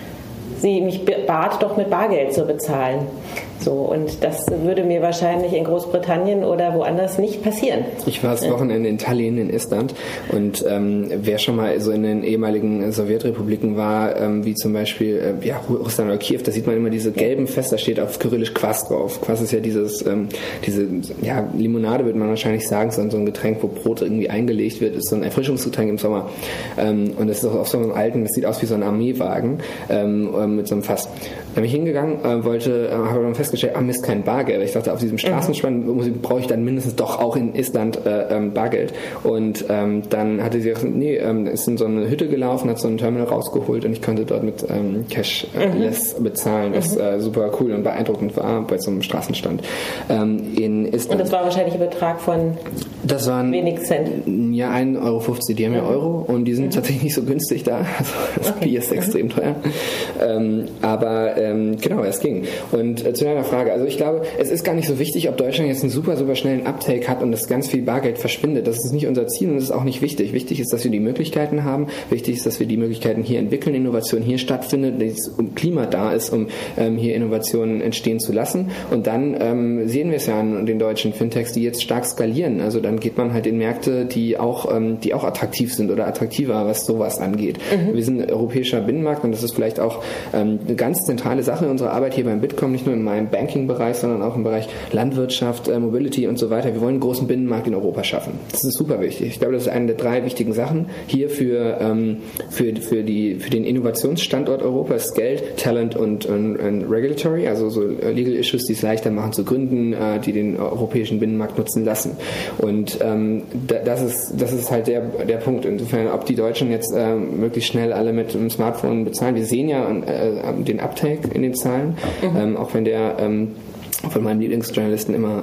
sie mich bat, doch mit Bargeld zu bezahlen. So, und das würde mir wahrscheinlich in Großbritannien oder woanders nicht passieren. Ich war das Wochenende in Tallinn in Estland und ähm, wer schon mal so in den ehemaligen Sowjetrepubliken war, ähm, wie zum Beispiel äh, ja, Russland oder Kiew, da sieht man immer diese gelben Feste, da steht auf Kyrillisch Kvass drauf. Kvass ist ja dieses, ähm, diese ja, Limonade, würde man wahrscheinlich sagen, so ein Getränk, wo Brot irgendwie eingelegt wird, ist so ein Erfrischungsgetränk im Sommer. Ähm, und das ist auch auf so einem alten, das sieht aus wie so ein Armeewagen ähm, mit so einem Fass. Da bin ich hingegangen, äh, wollte, äh, habe dann festgestellt, ah Mist, kein Bargeld. Ich dachte, auf diesem Straßenspann mhm. brauche ich dann mindestens doch auch in Estland äh, ähm, Bargeld. Und ähm, dann hatte sie gesagt, nee, ähm, ist in so eine Hütte gelaufen, hat so ein Terminal rausgeholt und ich konnte dort mit ähm, Cashless mhm. bezahlen, was mhm. äh, super cool und beeindruckend war bei so einem Straßenstand. Ähm, in Estland. Und das war wahrscheinlich ein Betrag von das waren, wenig Cent? Ja, ein Euro fünfzig. Die haben ja mhm. Euro und die sind mhm. tatsächlich nicht so günstig da. Also das okay. Bier ist mhm. extrem teuer. Ähm, aber ähm, genau, es ging. Und äh, zu deiner Frage, also ich glaube, es ist gar nicht so wichtig, ob Deutschland jetzt einen super, super schnellen Uptake hat und dass ganz viel Bargeld verschwindet. Das ist nicht unser Ziel und das ist auch nicht wichtig. Wichtig ist, dass wir die Möglichkeiten haben. Wichtig ist, dass wir die Möglichkeiten hier entwickeln, Innovation hier stattfindet, dass um Klima da ist, um ähm, hier Innovationen entstehen zu lassen. Und dann ähm, sehen wir es ja an den deutschen Fintechs, die jetzt stark skalieren. Also dann geht man halt in Märkte, die auch, ähm, die auch attraktiv sind oder attraktiver, was sowas angeht. Mhm. Wir sind ein europäischer Binnenmarkt und das ist vielleicht auch ähm, eine ganz zentrale Sache in unserer Arbeit hier beim Bitkom, nicht nur in meinem Banking-Bereich, sondern auch im Bereich Landwirtschaft, äh, Mobility und so weiter. Wir wollen einen großen Binnenmarkt in Europa schaffen. Das ist super wichtig. Ich glaube, das ist eine der drei wichtigen Sachen hier für, ähm, für, für, die, für den Innovationsstandort Europa ist Geld, Talent und, und, und Regulatory, also so Legal Issues, die es leichter machen zu gründen, äh, die den europäischen Binnenmarkt nutzen lassen. Und ähm, da, das ist das ist halt der, der Punkt. Insofern, ob die Deutschen jetzt äh, möglichst schnell alle mit einem Smartphone bezahlen. Wir sehen ja äh, den Uptake in den Zahlen, mhm. ähm, auch wenn der ähm, von meinem Lieblingsjournalisten immer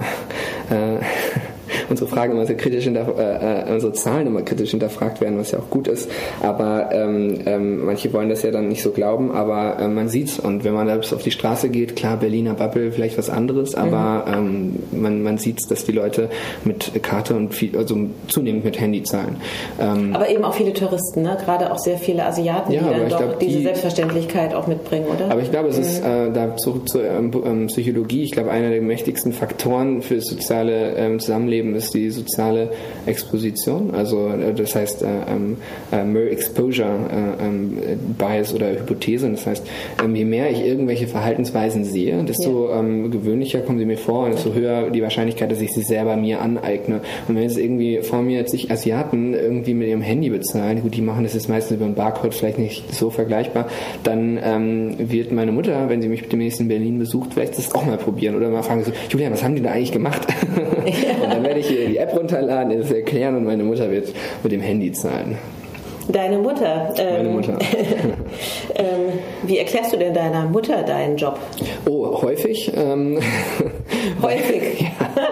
äh, unsere Fragen immer sehr kritisch hinter, äh, unsere Zahlen immer kritisch hinterfragt werden, was ja auch gut ist. Aber ähm, ähm, manche wollen das ja dann nicht so glauben, aber äh, man sieht's und wenn man da bis auf die Straße geht, klar, Berliner Bubble, vielleicht was anderes, aber mhm. ähm, man, man sieht's, dass die Leute mit Karte und viel, also zunehmend mit Handy zahlen. Ähm, aber eben auch viele Touristen, ne? Gerade auch sehr viele Asiaten, ja, die dann doch glaub, diese die, Selbstverständlichkeit auch mitbringen, oder? Aber ich glaube, es mhm. ist äh, da zurück zur ähm, Psychologie, ich glaube, einer der mächtigsten Faktoren für das soziale ähm, Zusammenleben ist ist die soziale Exposition, also äh, das heißt äh, äh, Mere Exposure äh, äh, Bias oder Hypothese. Das heißt, ähm, je mehr ich irgendwelche Verhaltensweisen sehe, desto ja. ähm, gewöhnlicher kommen sie mir vor und desto höher die Wahrscheinlichkeit, dass ich sie selber mir aneigne. Und wenn jetzt irgendwie vor mir jetzt sich Asiaten irgendwie mit ihrem Handy bezahlen, gut, die machen das jetzt meistens über einen Barcode, vielleicht nicht so vergleichbar, dann ähm, wird meine Mutter, wenn sie mich demnächst in Berlin besucht, vielleicht das auch mal probieren oder mal fragen, so, Julian, was haben die da eigentlich gemacht? Ja. Und dann werde ich hier die App runterladen, das erklären und meine Mutter wird mit dem Handy zahlen. Deine Mutter. Ähm, Meine Mutter. ähm, wie erklärst du denn deiner Mutter deinen Job? Oh, häufig. Ähm, häufig?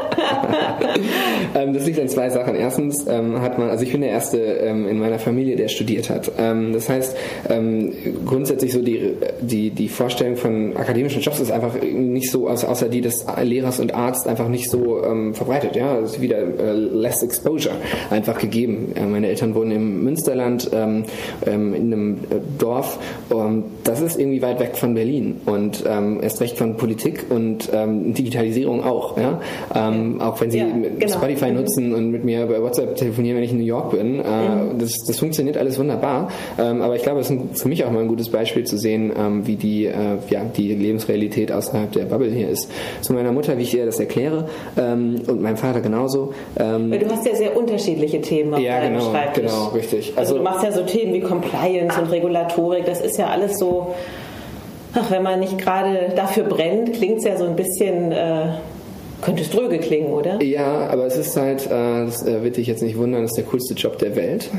Ja. ähm, das liegt an zwei Sachen. Erstens ähm, hat man, also ich bin der Erste ähm, in meiner Familie, der studiert hat. Ähm, das heißt, ähm, grundsätzlich so die, die, die Vorstellung von akademischen Jobs ist einfach nicht so, außer die des Lehrers und Arzt, einfach nicht so ähm, verbreitet. Ja, es ist wieder äh, less exposure einfach gegeben. Ja, meine Eltern wohnen im Münsterland, Ähm, ähm, in einem Dorf. Ähm, das ist irgendwie weit weg von Berlin und ähm, erst recht von Politik und ähm, Digitalisierung auch. Ja? Ähm, ja. Auch wenn sie ja, genau. Spotify mhm. nutzen und mit mir bei WhatsApp telefonieren, wenn ich in New York bin. Äh, mhm. das, das funktioniert alles wunderbar. Ähm, aber ich glaube, es ist ein, für mich auch mal ein gutes Beispiel zu sehen, ähm, wie die, äh, ja, die Lebensrealität außerhalb der Bubble hier ist. Zu meiner Mutter, wie ich ihr das erkläre, ähm, und meinem Vater genauso. Ähm, Weil du hast ja sehr unterschiedliche Themen auf ja, deinem genau, Schreibtisch. genau, richtig. Also, also du machst ja so Themen wie Compliance und Regulatorik, das ist ja alles so, ach, wenn man nicht gerade dafür brennt, klingt es ja so ein bisschen, äh, könnte es dröge klingen, oder? Ja, aber es ist halt, äh, das äh, wird dich jetzt nicht wundern, das ist der coolste Job der Welt.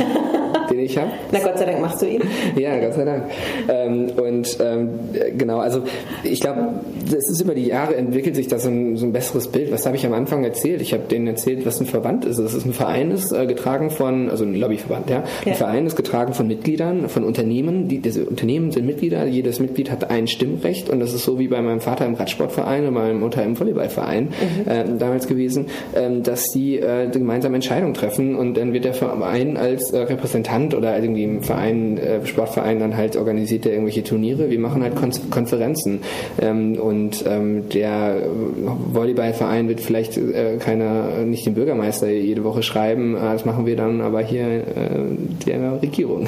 Den ich habe. Na Gott sei Dank machst du ihn. Ja, Gott sei Dank. Ähm, und ähm, genau, also ich glaube, es ist über die Jahre entwickelt sich da so ein, so ein besseres Bild. Was habe ich am Anfang erzählt? Ich habe denen erzählt, was ein Verband ist. Das ist ein Verein, ist äh, getragen von, also ein Lobbyverband, ja. ja. Ein Verein ist getragen von Mitgliedern, von Unternehmen. Die, diese Unternehmen sind Mitglieder. Jedes Mitglied hat ein Stimmrecht und das ist so wie bei meinem Vater im Radsportverein und meiner Mutter im Volleyballverein mhm. äh, damals gewesen, äh, dass die äh, gemeinsam Entscheidungen treffen und dann wird der Verein als äh, Repräsentant oder irgendwie im Verein, äh, Sportverein dann halt organisiert der irgendwelche Turniere. Wir machen halt Kon- Konferenzen ähm, und ähm, der Volleyballverein wird vielleicht äh, keiner, nicht den Bürgermeister jede Woche schreiben, äh, das machen wir dann aber hier äh, der Regierung.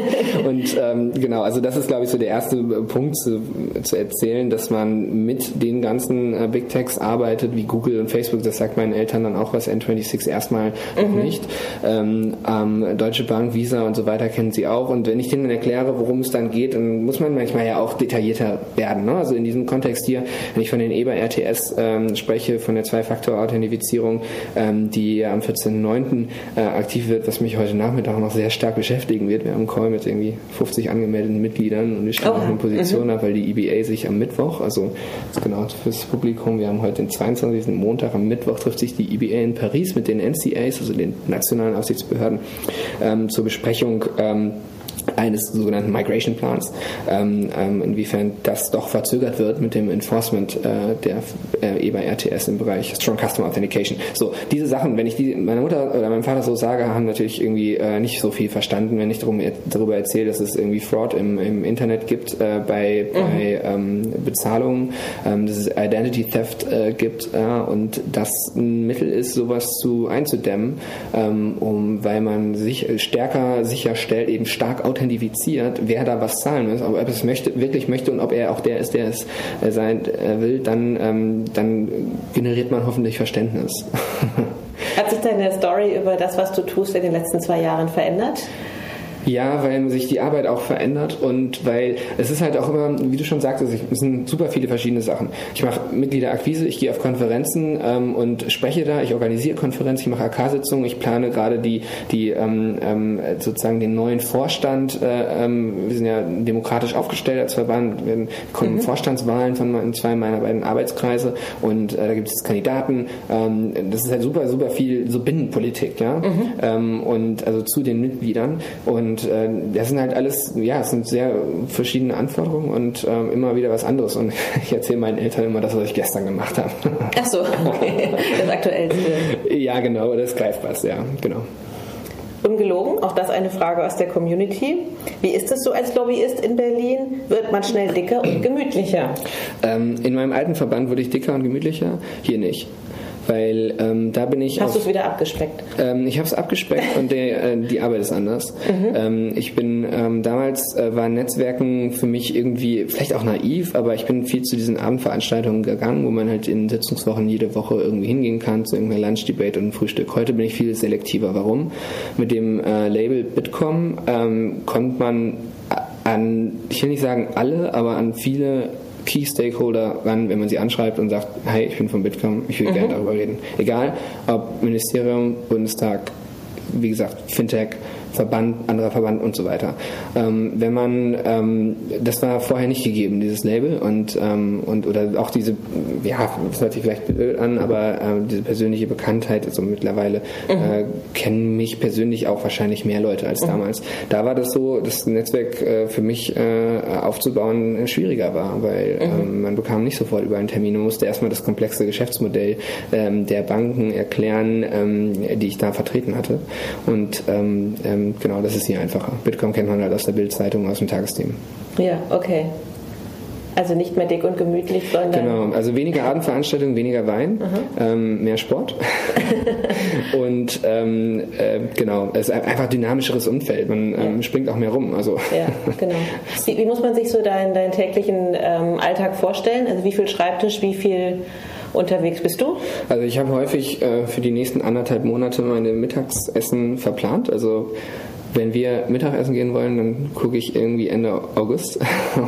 Und ähm, genau, also das ist glaube ich so der erste Punkt zu, zu erzählen, dass man mit den ganzen äh, Big Techs arbeitet, wie Google und Facebook, das sagt meinen Eltern dann auch was, N sechsundzwanzig erstmal mhm. noch nicht. Ähm, ähm, Deutsche Bank, Visa und so weiter kennen sie auch und wenn ich denen erkläre, worum es dann geht, dann muss man manchmal ja auch detaillierter werden. Ne? Also in diesem Kontext hier, wenn ich von den E B A R T S ähm, spreche, von der Zwei-Faktor-Authentifizierung, ähm, die am vierzehnten neunten äh, aktiv wird, was mich heute Nachmittag noch sehr stark beschäftigen wird. Wir haben einen Call mit irgendwie fünfzig angemeldeten Mitgliedern und wir stellen oh. auch eine Position mhm. ab, weil die E B A sich am Mittwoch, also genau fürs Publikum, wir haben heute den zweiundzwanzigsten Montag, am Mittwoch trifft sich die E B A in Paris mit den N C As, also den nationalen Aufsichtsbehörden, ähm, zur Besprechung ähm, eines sogenannten Migration Plans, ähm, ähm, inwiefern das doch verzögert wird mit dem Enforcement äh, der äh, E B A R T S im Bereich Strong Customer Authentication. So, diese Sachen, wenn ich die meiner Mutter oder meinem Vater so sage, haben natürlich irgendwie äh, nicht so viel verstanden, wenn ich darum, darüber erzähle, dass es irgendwie Fraud im, im Internet gibt äh, bei, mhm. bei ähm, Bezahlungen, ähm, dass es Identity Theft äh, gibt äh, und das ein Mittel ist, sowas zu einzudämmen, ähm, um, weil man sich stärker sicherstellt, eben stark authentifiziert, wer da was zahlen muss, aber ob er es möchte, wirklich möchte und ob er auch der ist, der es äh, sein äh, will, dann, ähm, dann generiert man hoffentlich Verständnis. Hat sich deine Story über das, was du tust, in den letzten zwei Jahren verändert? Ja, weil sich die Arbeit auch verändert und weil es ist halt auch immer, wie du schon sagtest, es sind super viele verschiedene Sachen. Ich mache Mitgliederakquise, ich gehe auf Konferenzen ähm, und spreche da, ich organisiere Konferenzen, ich mache A K-Sitzungen, ich plane gerade die, die ähm, sozusagen den neuen Vorstand. Äh, ähm, wir sind ja demokratisch aufgestellt als Verband, wir kommen mhm. Vorstandswahlen von zwei meiner beiden Arbeitskreise und äh, da gibt es Kandidaten. Ähm, das ist halt super, super viel so Binnenpolitik, ja, mhm. ähm, und also zu den Mitgliedern und Und äh, das sind halt alles, ja, es sind sehr verschiedene Anforderungen und äh, immer wieder was anderes. Und ich erzähle meinen Eltern immer das, was ich gestern gemacht habe. Ach so, okay. Das Aktuellste. Ja, genau, das Greifbares, ja, genau. Ungelogen, auch das eine Frage aus der Community. Wie ist es so als Lobbyist in Berlin? Wird man schnell dicker und gemütlicher? Ähm, in meinem alten Verband wurde ich dicker und gemütlicher, hier nicht. weil ähm, da bin ich... Hast du es wieder abgespeckt? Ähm, ich habe es abgespeckt und der, äh, die Arbeit ist anders. Mhm. Ähm, ich bin ähm, damals, äh, war Netzwerken für mich irgendwie, vielleicht auch naiv, aber ich bin viel zu diesen Abendveranstaltungen gegangen, wo man halt in Sitzungswochen jede Woche irgendwie hingehen kann, zu irgendeiner Lunch-Debate und ein Frühstück. Heute bin ich viel selektiver. Warum? Mit dem äh, Label Bitkom ähm, kommt man an, ich will nicht sagen alle, aber an viele Key Stakeholder ran, wenn man sie anschreibt und sagt, hey, ich bin von Bitkom, ich will mhm. gerne darüber reden. Egal, ob Ministerium, Bundestag, wie gesagt, Fintech, Verband, anderer Verband und so weiter. Ähm, wenn man, ähm, das war vorher nicht gegeben, dieses Label und, ähm, und oder auch diese, ja, das hört sich vielleicht blöd an, aber äh, diese persönliche Bekanntheit, also mittlerweile mhm. äh, kennen mich persönlich auch wahrscheinlich mehr Leute als mhm. damals. Da war das so, das Netzwerk äh, für mich äh, aufzubauen schwieriger war, weil mhm. ähm, man bekam nicht sofort überall einen Termin und musste erstmal das komplexe Geschäftsmodell ähm, der Banken erklären, ähm, die ich da vertreten hatte. Und ähm, ähm, genau, das ist hier einfacher. Bitkom kennt man halt aus der Bild-Zeitung, aus dem Tagesthemen. Ja, okay. Also nicht mehr dick und gemütlich, sondern... Genau, also weniger Abendveranstaltungen, weniger Wein, ähm, mehr Sport und ähm, äh, genau, es ist einfach dynamischeres Umfeld, man ähm, ja. springt auch mehr rum. Also. Ja, genau. Wie, wie muss man sich so deinen, deinen täglichen ähm, Alltag vorstellen? Also wie viel Schreibtisch, wie viel unterwegs bist du? Also ich habe häufig äh, für die nächsten anderthalb Monate meine Mittagsessen verplant, also wenn wir Mittagessen gehen wollen, dann gucke ich irgendwie Ende August,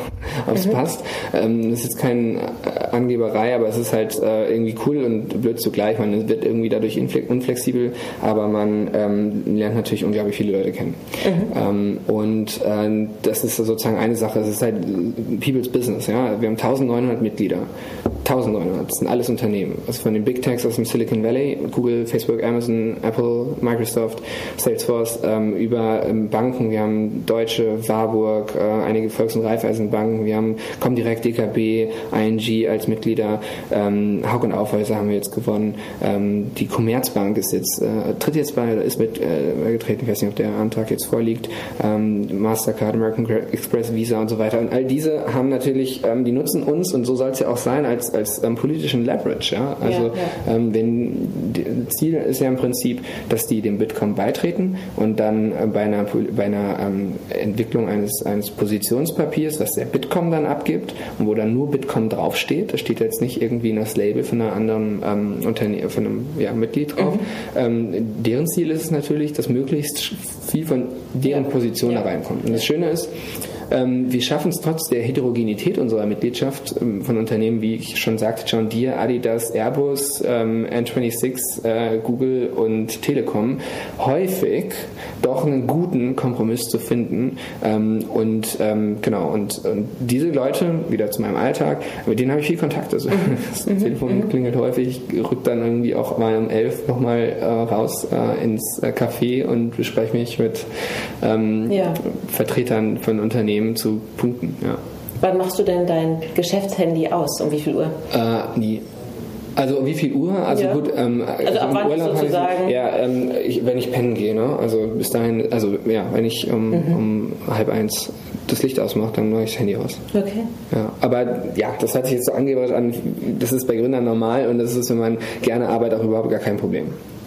ob es mhm. passt. Ähm, das ist jetzt keine Angeberei, aber es ist halt äh, irgendwie cool und blöd zugleich. Man wird irgendwie dadurch unflexibel, aber man ähm, lernt natürlich unglaublich viele Leute kennen. Mhm. Ähm, und äh, das ist sozusagen eine Sache. Es ist halt People's Business. Ja? Wir haben neunzehnhundert Mitglieder. neunzehnhundert, das sind alles Unternehmen. Also von den Big Techs aus dem Silicon Valley, Google, Facebook, Amazon, Apple, Microsoft, Salesforce, ähm, über Banken, wir haben Deutsche, Warburg, äh, einige Volks- und Raiffeisenbanken, wir haben Comdirect, D K B, I N G als Mitglieder, ähm, Hauck und Aufhäuser haben wir jetzt gewonnen, ähm, die Commerzbank ist jetzt, äh, tritt jetzt bei, oder ist mit äh, getreten, ich weiß nicht, ob der Antrag jetzt vorliegt, ähm, Mastercard, American Express, Visa und so weiter und all diese haben natürlich, ähm, die nutzen uns und so soll es ja auch sein, als, als ähm, politischen Leverage, ja, also ja, ja. Ähm, wenn, Ziel ist ja im Prinzip, dass die dem Bitkom beitreten und dann äh, bei einer, bei einer ähm, Entwicklung eines, eines Positionspapiers, was der Bitkom dann abgibt und wo dann nur Bitkom draufsteht, da steht jetzt nicht irgendwie das Label von einer anderen ähm, Unternehmen, von einem ja, Mitglied drauf. Mhm. Ähm, deren Ziel ist es natürlich, dass möglichst viel von deren ja. Position ja. da reinkommt. Und das Schöne ist, ähm, wir schaffen es trotz der Heterogenität unserer Mitgliedschaft ähm, von Unternehmen, wie ich schon sagte, John Deere, Adidas, Airbus, ähm, N sechsundzwanzig, äh, Google und Telekom, häufig doch einen guten Kompromiss zu finden. Ähm, und ähm, genau, und, und diese Leute, wieder zu meinem Alltag, mit denen habe ich viel Kontakt. Also das mhm. Telefon mhm. klingelt häufig, rückt dann irgendwie auch mal um elf nochmal äh, raus äh, ins äh, Café und bespreche mich mit ähm, ja. Vertretern von Unternehmen zu Punkten. Ja. Wann machst du denn dein Geschäftshandy aus? Um wie viel Uhr? Äh, nie. Also wie viel Uhr? Also ja. gut, ähm, also ab wann sozusagen? Ich, ja, ähm, ich, wenn ich pennen gehe, ne? Also bis dahin, also ja, wenn ich um, mhm. um halb eins das Licht ausmache, dann mache ich das Handy aus. Okay. Ja, aber ja, das hört sich jetzt so angeberisch an, das ist bei Gründern normal und das ist, wenn man gerne arbeitet, auch überhaupt gar kein Problem.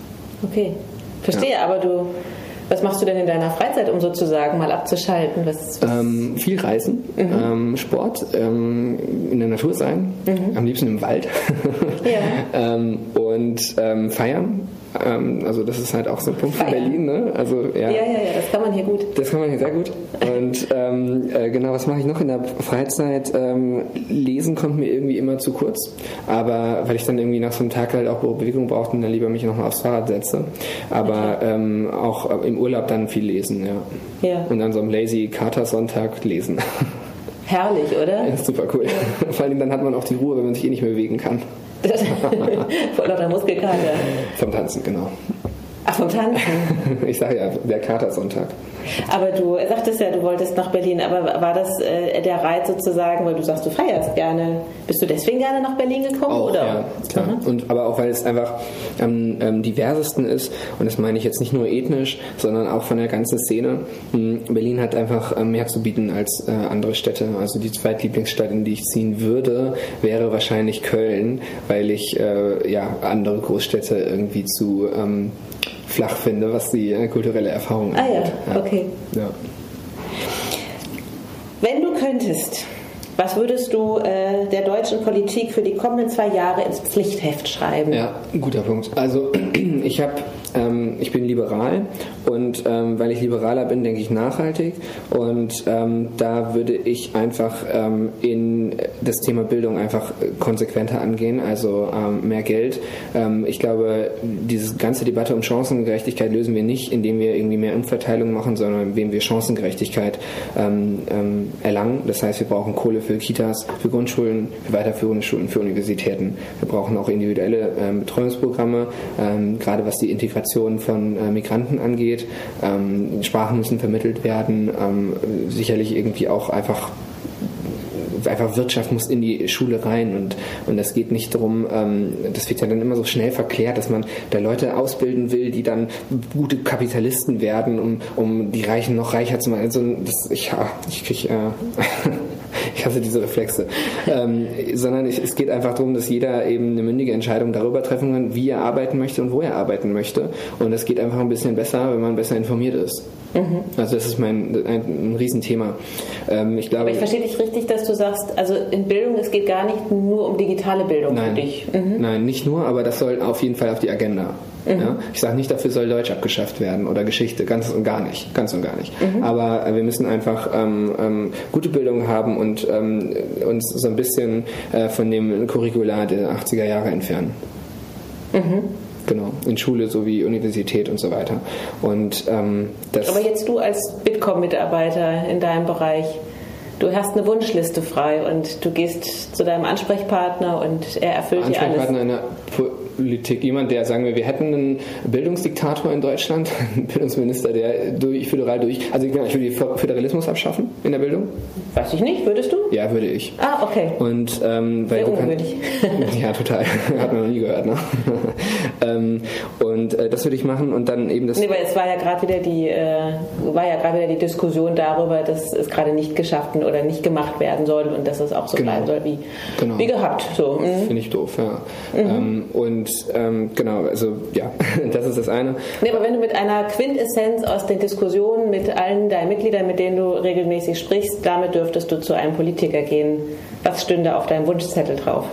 Okay, verstehe, ja. Aber du... Was machst du denn in deiner Freizeit, um sozusagen mal abzuschalten? Was, was ähm, viel reisen, mhm. ähm, Sport, ähm, in der Natur sein, mhm. am liebsten im Wald ja. ähm, und ähm, feiern. Ähm, also das ist halt auch so ein Punkt für Berlin. Ne? Also, ja. ja, ja, ja, das kann man hier gut. Das kann man hier sehr gut. Und ähm, äh, genau, was mache ich noch in der Freizeit? Ähm, lesen kommt mir irgendwie immer zu kurz. Aber weil ich dann irgendwie nach so einem Tag halt auch Bewegung brauchte und dann lieber mich nochmal aufs Fahrrad setze. Aber okay. ähm, auch im Urlaub dann viel lesen, ja. ja. Und an so einem Lazy Kater-Sonntag lesen. Herrlich, oder? Ja, super cool. Vor allem dann hat man auch die Ruhe, wenn man sich eh nicht mehr bewegen kann. Vor lauter Muskelkater. Vom Tanzen, genau. Ach, vom Tanzen? Ich sage ja, der Katersonntag. Aber du sagtest ja, du wolltest nach Berlin, aber war das äh, der Reiz sozusagen, weil du sagst, du feierst gerne, bist du deswegen gerne nach Berlin gekommen? Auch, oder? Ja, klar. Mhm. Und, aber auch, weil es einfach am ähm, diversesten ist, und das meine ich jetzt nicht nur ethnisch, sondern auch von der ganzen Szene. Berlin hat einfach äh, mehr zu bieten als äh, andere Städte. Also die zweitlieblingsstadt, in die ich ziehen würde, wäre wahrscheinlich Köln, weil ich äh, ja, andere Großstädte irgendwie zu ähm, flach finde, was die äh, kulturelle Erfahrung angeht. Ah ja, ja. Okay. Ja. Wenn du könntest, was würdest du äh, der deutschen Politik für die kommenden zwei Jahre ins Pflichtheft schreiben? Ja, ein guter Punkt. Also ich habe, ähm, ich bin liberal und ähm, weil ich liberaler bin, denke ich nachhaltig und ähm, da würde ich einfach ähm, in das Thema Bildung einfach konsequenter angehen, also ähm, mehr Geld. Ähm, ich glaube, diese ganze Debatte um Chancengerechtigkeit lösen wir nicht, indem wir irgendwie mehr Umverteilung machen, sondern indem wir Chancengerechtigkeit ähm, ähm, erlangen. Das heißt, wir brauchen Kohle für Kitas, für Grundschulen, für weiterführende Schulen, für Universitäten. Wir brauchen auch individuelle ähm, Betreuungsprogramme, ähm, gerade was die Integration von äh, Migranten angeht. Ähm, Sprachen müssen vermittelt werden, ähm, sicherlich irgendwie auch einfach einfach Wirtschaft muss in die Schule rein und, und das geht nicht darum, ähm, das wird ja dann immer so schnell verklärt, dass man da Leute ausbilden will, die dann gute Kapitalisten werden, um, um die Reichen noch reicher zu machen. Also das, ich, ich krieg, äh, ich hasse diese Reflexe. Ähm, sondern ich, es geht einfach darum, dass jeder eben eine mündige Entscheidung darüber treffen kann, wie er arbeiten möchte und wo er arbeiten möchte. Und das geht einfach ein bisschen besser, wenn man besser informiert ist. Mhm. Also das ist mein ein, ein Riesenthema. Ähm, ich glaube, Aber ich verstehe dich richtig, dass du sagst, also in Bildung, es geht gar nicht nur um digitale Bildung nein, für dich. Mhm. Nein, nicht nur, aber das soll auf jeden Fall auf die Agenda. Mhm. Ja? Ich sage nicht, dafür soll Deutsch abgeschafft werden oder Geschichte, ganz und gar nicht. Ganz und gar nicht. Mhm. Aber äh, wir müssen einfach ähm, ähm, gute Bildung haben und ähm, uns so ein bisschen äh, von dem Curricula der achtziger Jahre entfernen. Mhm. Genau, in Schule sowie Universität und so weiter. Und, ähm, das Aber jetzt du als Bitkom-Mitarbeiter in deinem Bereich, du hast eine Wunschliste frei und du gehst zu deinem Ansprechpartner und er erfüllt dir alles. Ansprechpartner in der Politik, jemand, der, sagen wir, wir hätten einen Bildungsdiktator in Deutschland, einen Bildungsminister, der durch, föderal durch, also ich würde den Föderalismus abschaffen in der Bildung. Weiß ich nicht, würdest du? Ja, würde ich. Ah, okay. Und, ähm, weil Sehr ungewöhnlich. Ja, total. Hat man noch nie gehört, ne? ähm, und äh, das würde ich machen und dann eben das... Nee, weil es war ja gerade wieder die äh, war ja gerade wieder die Diskussion darüber, dass es gerade nicht geschafft oder nicht gemacht werden soll und dass es auch so genau. bleiben soll wie, genau. wie gehabt. So. Mhm. Finde ich doof, ja. Mhm. Ähm, und ähm, genau, also ja, das ist das eine. Nee, aber wenn du mit einer Quintessenz aus den Diskussionen mit allen deinen Mitgliedern, mit denen du regelmäßig sprichst, damit dürftest du zu einem Politiker gehen. Was stünde auf deinem Wunschzettel drauf?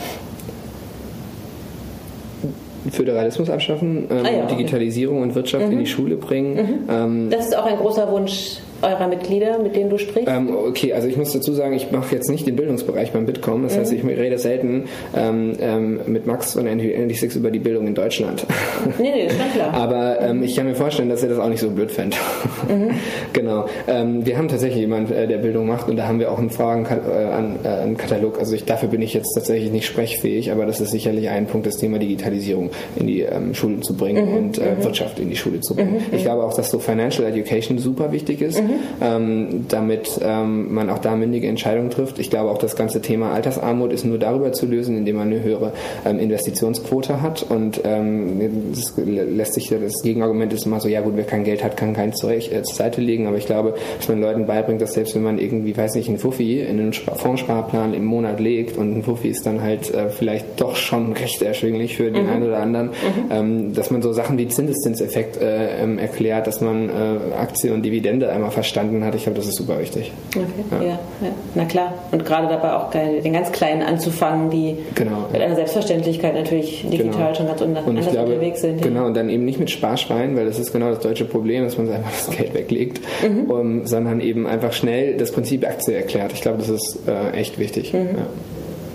Föderalismus abschaffen, ähm, ah ja, okay. Digitalisierung und Wirtschaft mhm. in die Schule bringen. Mhm. Ähm, das ist auch ein großer Wunsch eurer Mitglieder, mit denen du sprichst? Ähm, okay, also ich muss dazu sagen, ich mache jetzt nicht den Bildungsbereich beim Bitkom. Das mhm. heißt, ich rede selten ähm, ähm, mit Max von N D sechs über die Bildung in Deutschland. Nee, nee, ist schon klar. Aber ähm, ich kann mir vorstellen, dass er das auch nicht so blöd fände. Mhm. Genau. Ähm, wir haben tatsächlich jemanden, äh, der Bildung macht und da haben wir auch einen Fragenkatalog. Äh, also ich, dafür bin ich jetzt tatsächlich nicht sprechfähig, aber das ist sicherlich ein Punkt, das Thema Digitalisierung in die ähm, Schulen zu bringen mhm. und äh, mhm. Wirtschaft in die Schule zu bringen. Mhm. Ich glaube auch, dass so Financial Education super wichtig ist. Mhm. Ähm, damit ähm, man auch da mündige Entscheidungen trifft. Ich glaube auch, das ganze Thema Altersarmut ist nur darüber zu lösen, indem man eine höhere ähm, Investitionsquote hat und ähm, das lässt sich, das Gegenargument ist immer so, ja gut, wer kein Geld hat, kann keins zur, äh, zur Seite legen, aber ich glaube, dass man Leuten beibringt, dass selbst wenn man irgendwie, weiß nicht, einen Fuffi in einen Fondssparplan im Monat legt und ein Fuffi ist dann halt äh, vielleicht doch schon recht erschwinglich für den mhm. einen oder anderen, mhm. ähm, dass man so Sachen wie Zinseszinseffekt äh, ähm, erklärt, dass man äh, Aktie und Dividende einmal verstanden hat. Ich glaube, das ist super wichtig. Okay. Ja. Ja, ja. Na klar. Und gerade dabei auch den ganz Kleinen anzufangen, die genau, mit ja. einer Selbstverständlichkeit natürlich digital genau. schon ganz un- und anders glaube, unterwegs sind. Genau, ja. und dann eben nicht mit Sparschwein, weil das ist genau das deutsche Problem, dass man einfach das Geld weglegt, mhm. um, sondern eben einfach schnell das Prinzip Aktie erklärt. Ich glaube, das ist äh, echt wichtig. Mhm. Ja.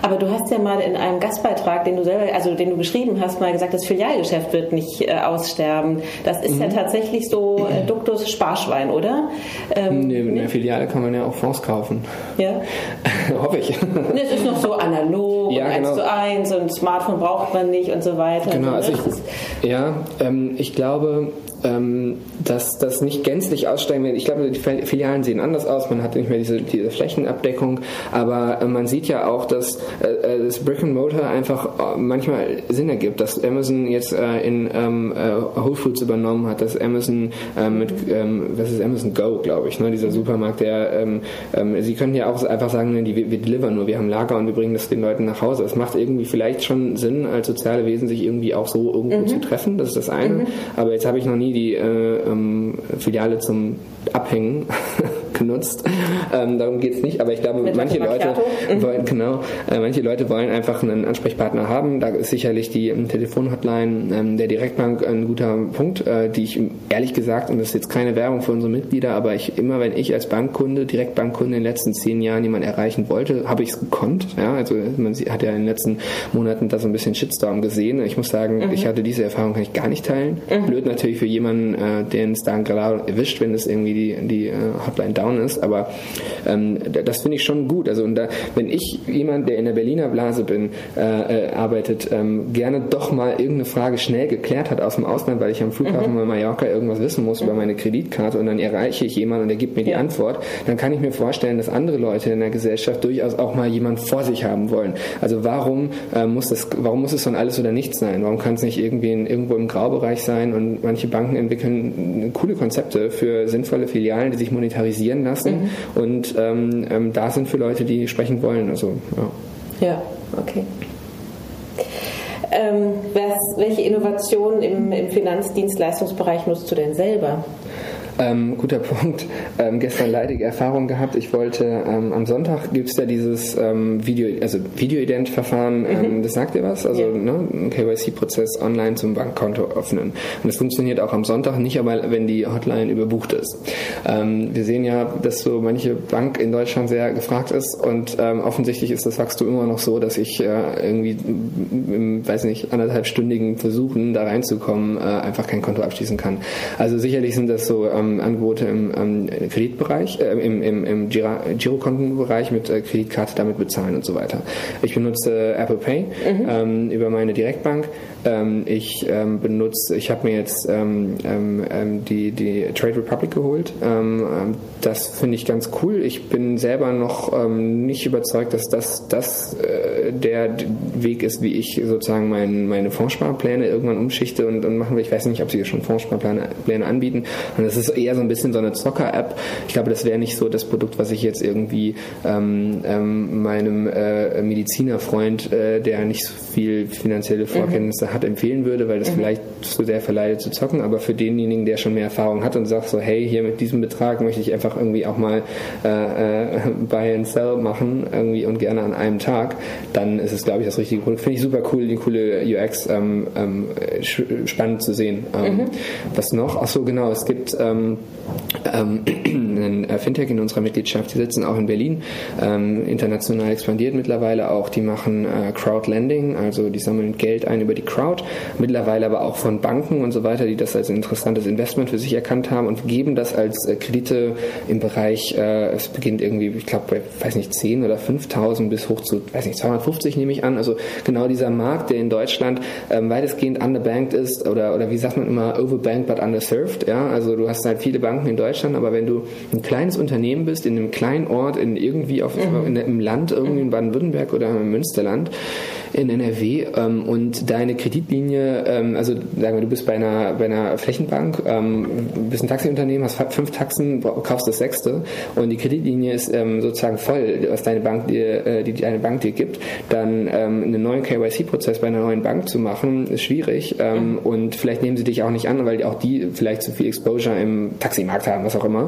Aber du hast ja mal in einem Gastbeitrag, den du selber, also den du geschrieben hast, mal gesagt, das Filialgeschäft wird nicht äh, aussterben. Das ist mhm. ja tatsächlich so äh, Duktus Sparschwein, oder? Ähm, nee, in der Filiale kann man ja auch Fonds kaufen. Ja. Hoffe ich. Nee, es ist noch so analog ja, und genau. eins zu eins und Smartphone braucht man nicht und so weiter. Genau, also ich, ja, ähm, ich glaube, ähm, dass das nicht gänzlich aussteigen wird. Ich glaube, die Filialen sehen anders aus, man hat nicht mehr diese, diese Flächenabdeckung, aber äh, man sieht ja auch, dass äh, das Brick and Mortar einfach äh, manchmal Sinn ergibt, dass Amazon jetzt äh, in ähm, äh, Whole Foods übernommen hat, dass Amazon äh, mit, ähm, was ist Amazon Go, glaube ich, ne, dieser Supermarkt, der, ähm, ähm, sie könnten ja auch einfach sagen, die, wir delivern nur, wir haben Lager und wir bringen das den Leuten nach Hause. Es macht irgendwie vielleicht schon Sinn, als soziale Wesen sich irgendwie auch so irgendwo mhm. zu treffen, das ist das eine, mhm. aber jetzt habe ich noch nie die äh, ähm, Filiale zum Abhängen genutzt. Ähm, darum geht es nicht, aber ich glaube, Mit manche Leute mhm. wollen, genau, äh, manche Leute wollen einfach einen Ansprechpartner haben. Da ist sicherlich die ähm, Telefonhotline ähm, der Direktbank ein guter Punkt, äh, die ich ehrlich gesagt, und das ist jetzt keine Werbung für unsere Mitglieder, aber ich immer, wenn ich als Bankkunde, Direktbankkunde in den letzten zehn Jahren jemanden erreichen wollte, habe ich es gekonnt. Ja, also man hat ja in den letzten Monaten da so ein bisschen Shitstorm gesehen. Ich muss sagen, mhm. ich hatte diese Erfahrung, kann ich gar nicht teilen. Mhm. Blöd natürlich für jemanden, äh, den es da gerade erwischt, wenn es irgendwie die, die äh, Hotline down ist, aber ähm, das finde ich schon gut. Also und da, wenn ich jemand, der in der Berliner Blase bin, äh, äh, arbeitet, ähm, gerne doch mal irgendeine Frage schnell geklärt hat aus dem Ausland, weil ich am Flughafen mhm. bei Mallorca irgendwas wissen muss mhm. über meine Kreditkarte und dann erreiche ich jemanden und der gibt mir die ja. Antwort, dann kann ich mir vorstellen, dass andere Leute in der Gesellschaft durchaus auch mal jemanden vor sich haben wollen. Also warum äh, muss das, warum muss es so ein Alles oder Nichts sein? Warum kann es nicht irgendwie in, irgendwo im Graubereich sein und manche Banken entwickeln coole Konzepte für sinnvolle Filialen, die sich monetarisieren lassen mhm. und ähm, ähm, da sind für Leute, die sprechen wollen. Also, ja. ja, okay. Ähm, was, welche Innovationen im, im Finanzdienstleistungsbereich nutzt du denn selber? Ähm, guter Punkt. Ähm, gestern leidige Erfahrung gehabt. Ich wollte, ähm, am Sonntag gibt es ja dieses ähm, Video, also Video-Ident-Verfahren, ähm, mhm. das sagt dir was? Also ja. ne, ein K Y C-Prozess online zum Bankkonto öffnen. Und das funktioniert auch am Sonntag nicht, aber wenn die Hotline überbucht ist. Ähm, wir sehen ja, dass so manche Bank in Deutschland sehr gefragt ist und ähm, offensichtlich ist das Wachstum immer noch so, dass ich äh, irgendwie im, weiß nicht, anderthalbstündigen Versuchen da reinzukommen, äh, einfach kein Konto abschließen kann. Also sicherlich sind das so ähm, Angebote im ähm, Kreditbereich, äh, im, im, im Girokontenbereich mit äh, Kreditkarte damit bezahlen und so weiter. Ich benutze äh, Apple Pay mhm. ähm, über meine Direktbank. Ähm, ich ähm, benutze, ich habe mir jetzt ähm, ähm, die, die Trade Republic geholt. Ähm, das finde ich ganz cool. Ich bin selber noch ähm, nicht überzeugt, dass das, das äh, der Weg ist, wie ich sozusagen mein, meine Fondssparpläne irgendwann umschichte und, und machen will. Ich weiß nicht, ob sie schon Fondssparpläne Pläne anbieten. Und das ist eher so ein bisschen so eine Zocker-App. Ich glaube, das wäre nicht so das Produkt, was ich jetzt irgendwie ähm, ähm, meinem äh, Medizinerfreund, äh, der nicht so viel finanzielle Vorkenntnisse mhm. hat, empfehlen würde, weil das mhm. vielleicht zu sehr verleitet zu zocken. Aber für denjenigen, der schon mehr Erfahrung hat und sagt so, hey, hier mit diesem Betrag möchte ich einfach irgendwie auch mal äh, äh, Buy and Sell machen irgendwie und gerne an einem Tag, dann ist es, glaube ich, das richtige Produkt. Finde ich super cool, die coole U X, ähm, ähm, spannend zu sehen. Ähm, mhm. Was noch? Ach so, genau, es gibt ähm, ähm, ein Fintech in unserer Mitgliedschaft, die sitzen auch in Berlin, ähm, international expandiert mittlerweile auch, die machen äh, Crowdlending, also die sammeln Geld ein über die Crowd, mittlerweile aber auch von Banken und so weiter, die das als ein interessantes Investment für sich erkannt haben und geben das als äh, Kredite im Bereich, äh, es beginnt irgendwie, ich glaube, bei, weiß nicht, zehn oder fünftausend bis hoch zu, weiß nicht, zweihundertfünfzig nehme ich an, also genau dieser Markt, der in Deutschland ähm, weitestgehend underbanked ist oder, oder wie sagt man immer, overbanked but underserved, ja, also du hast halt viele Banken in Deutschland, aber wenn du ein kleines Unternehmen bist, in einem kleinen Ort, in irgendwie auf, mhm. in, im Land, irgendwie in Baden-Württemberg oder im Münsterland, in N R W ähm, und deine Kreditlinie, ähm, also sagen wir, du bist bei einer, bei einer Flächenbank, ähm, bist ein Taxiunternehmen, hast fünf Taxen, kaufst das sechste und die Kreditlinie ist ähm, sozusagen voll, was deine Bank dir, äh, die deine Bank dir gibt, dann ähm, einen neuen K Y C-Prozess bei einer neuen Bank zu machen, ist schwierig ähm, mhm. und vielleicht nehmen sie dich auch nicht an, weil auch die vielleicht zu viel Exposure im Taximarkt haben, was auch immer.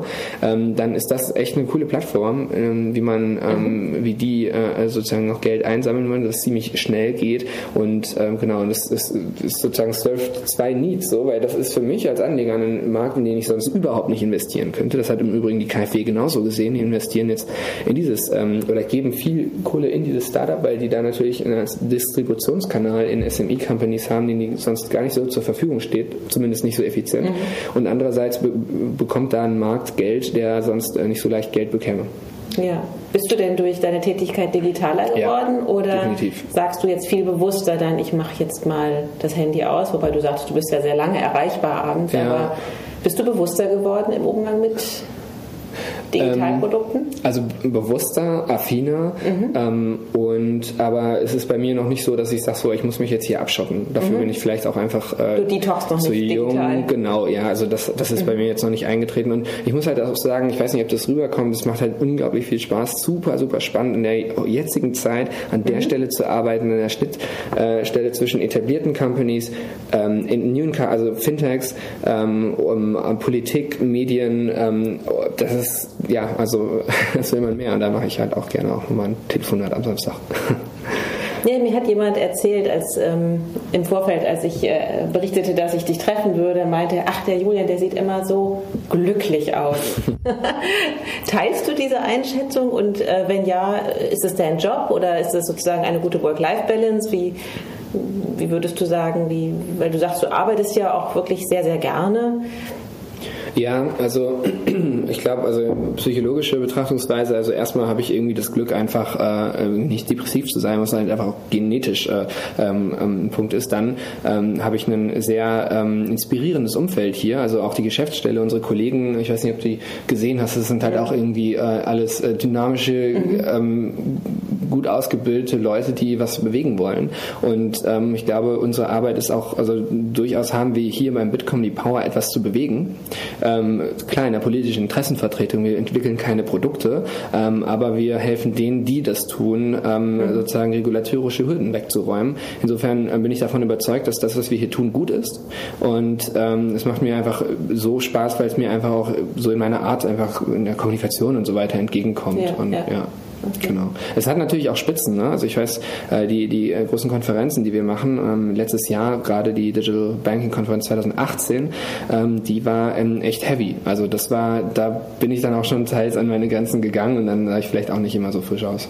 ähm, dann ist das echt eine coole Plattform, ähm, wie man, ähm, mhm. wie die äh, sozusagen noch Geld einsammeln wollen, dass es ziemlich schnell geht und ähm, genau, und das, das ist sozusagen surft zwei Needs, so, weil das ist für mich als Anleger ein Markt, in den ich sonst überhaupt nicht investieren könnte. Das hat im Übrigen die KfW genauso gesehen. Die investieren jetzt in dieses ähm, oder geben viel Kohle in dieses Startup, weil die da natürlich einen Distributionskanal in S M E-Companies haben, den die sonst gar nicht so zur Verfügung steht, zumindest nicht so effizient. Mhm. Und andererseits be- bekommt da ein Markt Geld, der sonst äh, nicht so leicht Geld bekäme. Ja. Bist du denn durch deine Tätigkeit digitaler geworden, ja, oder definitiv. Sagst du jetzt viel bewusster dann, ich mache jetzt mal das Handy aus, wobei du sagst, du bist ja sehr lange erreichbar abends, ja. aber bist du bewusster geworden im Umgang mit Digitalprodukten? Ähm, also bewusster, affiner mhm. ähm, und aber es ist bei mir noch nicht so, dass ich sage, so, ich muss mich jetzt hier abschotten. Dafür mhm. bin ich vielleicht auch einfach äh, du detoxst noch zu nicht jung. Digital. Genau, ja, also das, das ist mhm. bei mir jetzt noch nicht eingetreten und ich muss halt auch sagen, ich weiß nicht, ob das rüberkommt, es macht halt unglaublich viel Spaß, super, super spannend in der jetzigen Zeit an der mhm. Stelle zu arbeiten, an der Schnittstelle zwischen etablierten Companies, ähm, in neuen, also Fintechs, ähm, um, um Politik, Medien, ähm, das ist ja, also das will man mehr und da mache ich halt auch gerne auch nochmal ein Telefonat am Samstag. Ja, mir hat jemand erzählt, als ähm, im Vorfeld, als ich äh, berichtete, dass ich dich treffen würde, meinte, ach, der Julian, der sieht immer so glücklich aus. Teilst du diese Einschätzung und äh, wenn ja, ist es dein Job oder ist es sozusagen eine gute Work-Life-Balance? Wie, wie würdest du sagen, wie, weil du sagst, du arbeitest ja auch wirklich sehr, sehr gerne. Ja, also ich glaube, also psychologische Betrachtungsweise, also erstmal habe ich irgendwie das Glück, einfach äh, nicht depressiv zu sein, was halt einfach auch genetisch äh, ähm, ein Punkt ist. Dann ähm, habe ich ein sehr ähm, inspirierendes Umfeld hier, also auch die Geschäftsstelle, unsere Kollegen, ich weiß nicht, ob du die gesehen hast, das sind halt auch irgendwie äh, alles äh, dynamische, mhm. ähm, gut ausgebildete Leute, die was bewegen wollen. Und ähm, ich glaube, unsere Arbeit ist auch, also durchaus haben wir hier beim Bitkom die Power, etwas zu bewegen. Ähm, klar, in der politischen Interessenvertretung, wir entwickeln keine Produkte, ähm, aber wir helfen denen, die das tun, ähm, mhm. sozusagen regulatorische Hürden wegzuräumen. Insofern äh, bin ich davon überzeugt, dass das, was wir hier tun, gut ist. Und ähm, es macht mir einfach so Spaß, weil es mir einfach auch so in meiner Art einfach in der Kommunikation und so weiter entgegenkommt. Ja, und ja. ja. Okay. Genau. Es hat natürlich auch Spitzen, ne? Also ich weiß, äh, die, die äh, großen Konferenzen, die wir machen, ähm, letztes Jahr, gerade die Digital Banking Konferenz zwanzig achtzehn, ähm, die war ähm, echt heavy. Also das war, da bin ich dann auch schon teils an meine Grenzen gegangen und dann sah ich vielleicht auch nicht immer so frisch aus.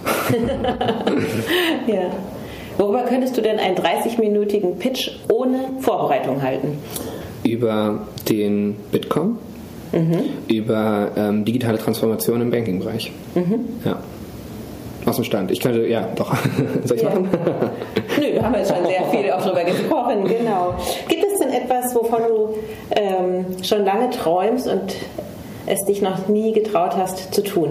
Ja. Worüber könntest du denn einen dreißig-minütigen Pitch ohne Vorbereitung halten? Über den Bitkom, mhm. über ähm, digitale Transformation im Banking-Bereich. Mhm. Ja. Aus dem Stand. Ich könnte, ja, doch. Soll ich ja. machen? Nö, wir haben jetzt schon sehr viel auch drüber gesprochen, genau. Gibt es denn etwas, wovon du ähm, schon lange träumst und es dich noch nie getraut hast zu tun?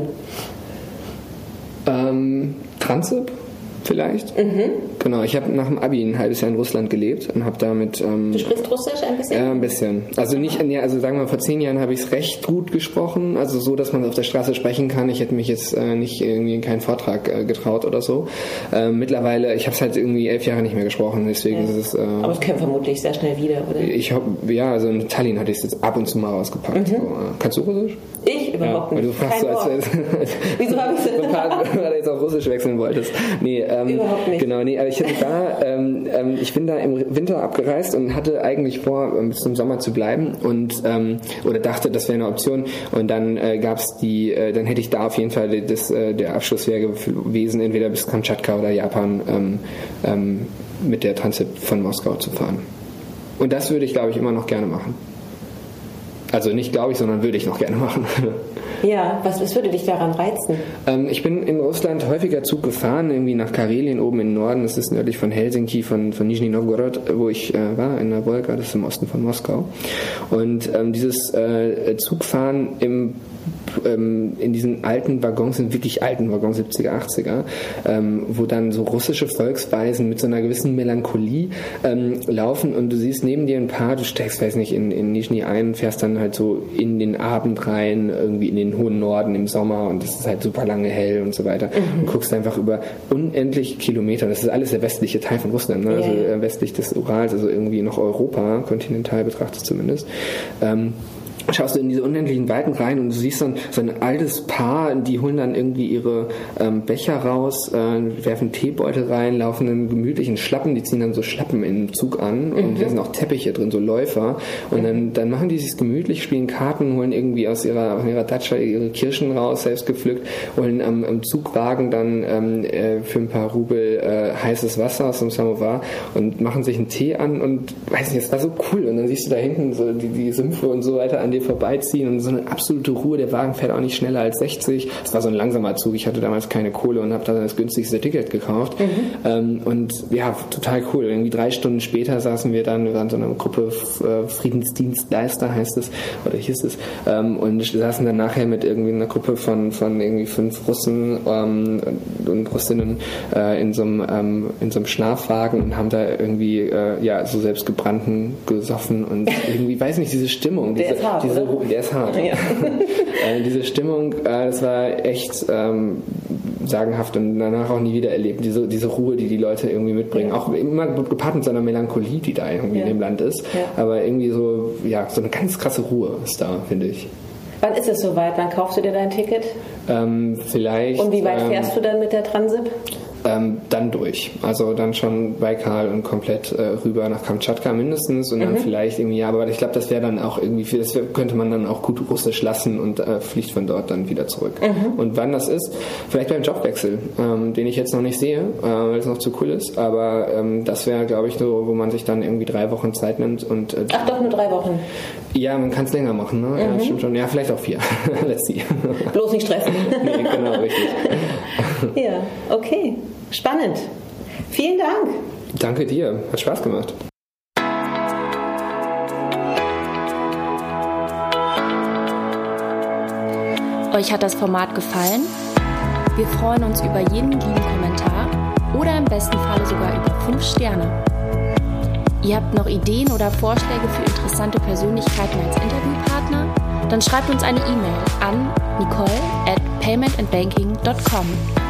Ähm, Transip vielleicht. Mhm. Genau, ich habe nach dem Abi ein halbes Jahr in Russland gelebt und habe damit... Ähm, du sprichst Russisch ein bisschen? Ja, ein bisschen. Also nicht, ja, also sagen wir mal, vor zehn Jahren habe ich es recht gut gesprochen, also so, dass man auf der Straße sprechen kann. Ich hätte mich jetzt äh, nicht irgendwie in keinen Vortrag äh, getraut oder so. Äh, mittlerweile, ich habe es halt irgendwie elf Jahre nicht mehr gesprochen, deswegen ja. ist es... Äh, Aber es käme vermutlich sehr schnell wieder, oder? Ich hoffe, ja, also in Tallinn hatte ich es jetzt ab und zu mal rausgepackt. Mhm. So, äh, kannst du Russisch? Ich überhaupt ja, nicht. Weil du fragst so, als, als, als Wieso habe ich es? Weil du jetzt auf Russisch wechseln wolltest. Nee, ähm, überhaupt nicht. Genau, nee, aber ich hatte da, ähm, ähm, ich bin da im Winter abgereist und hatte eigentlich vor, bis zum Sommer zu bleiben und ähm, oder dachte, das wäre eine Option. Und dann äh, gab es die, äh, dann hätte ich da auf jeden Fall das, äh, der Abschluss wäre gewesen, entweder bis Kamtschatka oder Japan ähm, ähm, mit der Transip von Moskau zu fahren. Und das würde ich, glaube ich, immer noch gerne machen. Also nicht glaube ich, sondern würde ich noch gerne machen. Ja, was, was würde dich daran reizen? Ähm, ich bin in Russland häufiger Zug gefahren, irgendwie nach Karelien oben im Norden, das ist nördlich von Helsinki, von, von Nizhny Novgorod, wo ich äh, war, in der Wolga, das ist im Osten von Moskau. Und ähm, dieses äh, Zugfahren im ähm, in diesen alten Waggons, sind wirklich alten Waggons, siebziger, achtziger, ähm, wo dann so russische Volksweisen mit so einer gewissen Melancholie ähm, laufen und du siehst neben dir ein paar, du steigst, weiß nicht, in, in Nizhny ein und fährst dann halt so in den Abend rein, irgendwie in den hohen Norden im Sommer und es ist halt super lange hell und so weiter mhm. und guckst einfach über unendliche Kilometer, das ist alles der westliche Teil von Russland, ne? Yeah. Also westlich des Urals, also irgendwie noch Europa, kontinental betrachtet zumindest, ähm, schaust du in diese unendlichen Weiten rein und du siehst dann so ein altes Paar, die holen dann irgendwie ihre ähm, Becher raus, äh, werfen Teebeutel rein, laufen in gemütlichen Schlappen, die ziehen dann so Schlappen in den Zug an und mhm. da sind auch Teppiche drin, so Läufer und dann, dann machen die sich gemütlich, spielen Karten, holen irgendwie aus ihrer, aus ihrer Datscha ihre Kirschen raus, selbst gepflückt, holen am, am Zugwagen dann ähm, äh, für ein paar Rubel äh, heißes Wasser aus dem Samovar und machen sich einen Tee an und weiß nicht, das war so cool und dann siehst du da hinten so die, die Sümpfe und so weiter an dir vorbeiziehen und so eine absolute Ruhe, der Wagen fährt auch nicht schneller als sechzig, es war so ein langsamer Zug, ich hatte damals keine Kohle und habe da das günstigste Ticket gekauft mhm. ähm, und ja, total cool, irgendwie drei Stunden später saßen wir dann, wir waren so eine Gruppe äh, Friedensdienstleister heißt es, oder hieß es ähm, und saßen dann nachher mit irgendwie einer Gruppe von, von irgendwie fünf Russen ähm, und Russinnen äh, in so einem ähm, in so einem Schlafwagen und haben da irgendwie äh, ja so selbst gebrannten gesoffen und irgendwie, weiß nicht, diese Stimmung, diese, der ist hart, diese oder? Ruhe, der ist hart. Ja. äh, diese Stimmung, äh, das war echt ähm, sagenhaft und danach auch nie wieder erlebt. Diese, diese Ruhe, die die Leute irgendwie mitbringen, auch immer gepaart mit so einer Melancholie, die da irgendwie ja. in dem Land ist, ja. aber irgendwie so, ja, so eine ganz krasse Ruhe ist da, finde ich. Wann ist es soweit? Wann kaufst du dir dein Ticket? Ähm, vielleicht. Und wie weit ähm, fährst du dann mit der Transip? Ähm, dann durch. Also dann schon Baikal und komplett äh, rüber nach Kamtschatka mindestens und dann mhm. vielleicht irgendwie, ja, aber ich glaube, das wäre dann auch irgendwie, viel, das wär, könnte man dann auch gut russisch lassen und äh, fliegt von dort dann wieder zurück. Mhm. Und wann das ist, vielleicht beim Jobwechsel, ähm, den ich jetzt noch nicht sehe, äh, weil es noch zu cool ist, aber ähm, das wäre, glaube ich, so, wo man sich dann irgendwie drei Wochen Zeit nimmt und äh, Ach doch, nur drei Wochen? Ja, man kann es länger machen, ne? Mhm. Ja, das stimmt schon. Ja, vielleicht auch vier. Let's see. Bloß nicht stressen. Nee, genau, richtig. Ja, okay. Spannend. Vielen Dank. Danke dir. Hat Spaß gemacht. Euch hat das Format gefallen? Wir freuen uns über jeden lieben Kommentar oder im besten Falle sogar über fünf Sterne. Ihr habt noch Ideen oder Vorschläge für interessante Persönlichkeiten als Interviewpartner? Dann schreibt uns eine E-Mail an nicole at payment and banking dot com.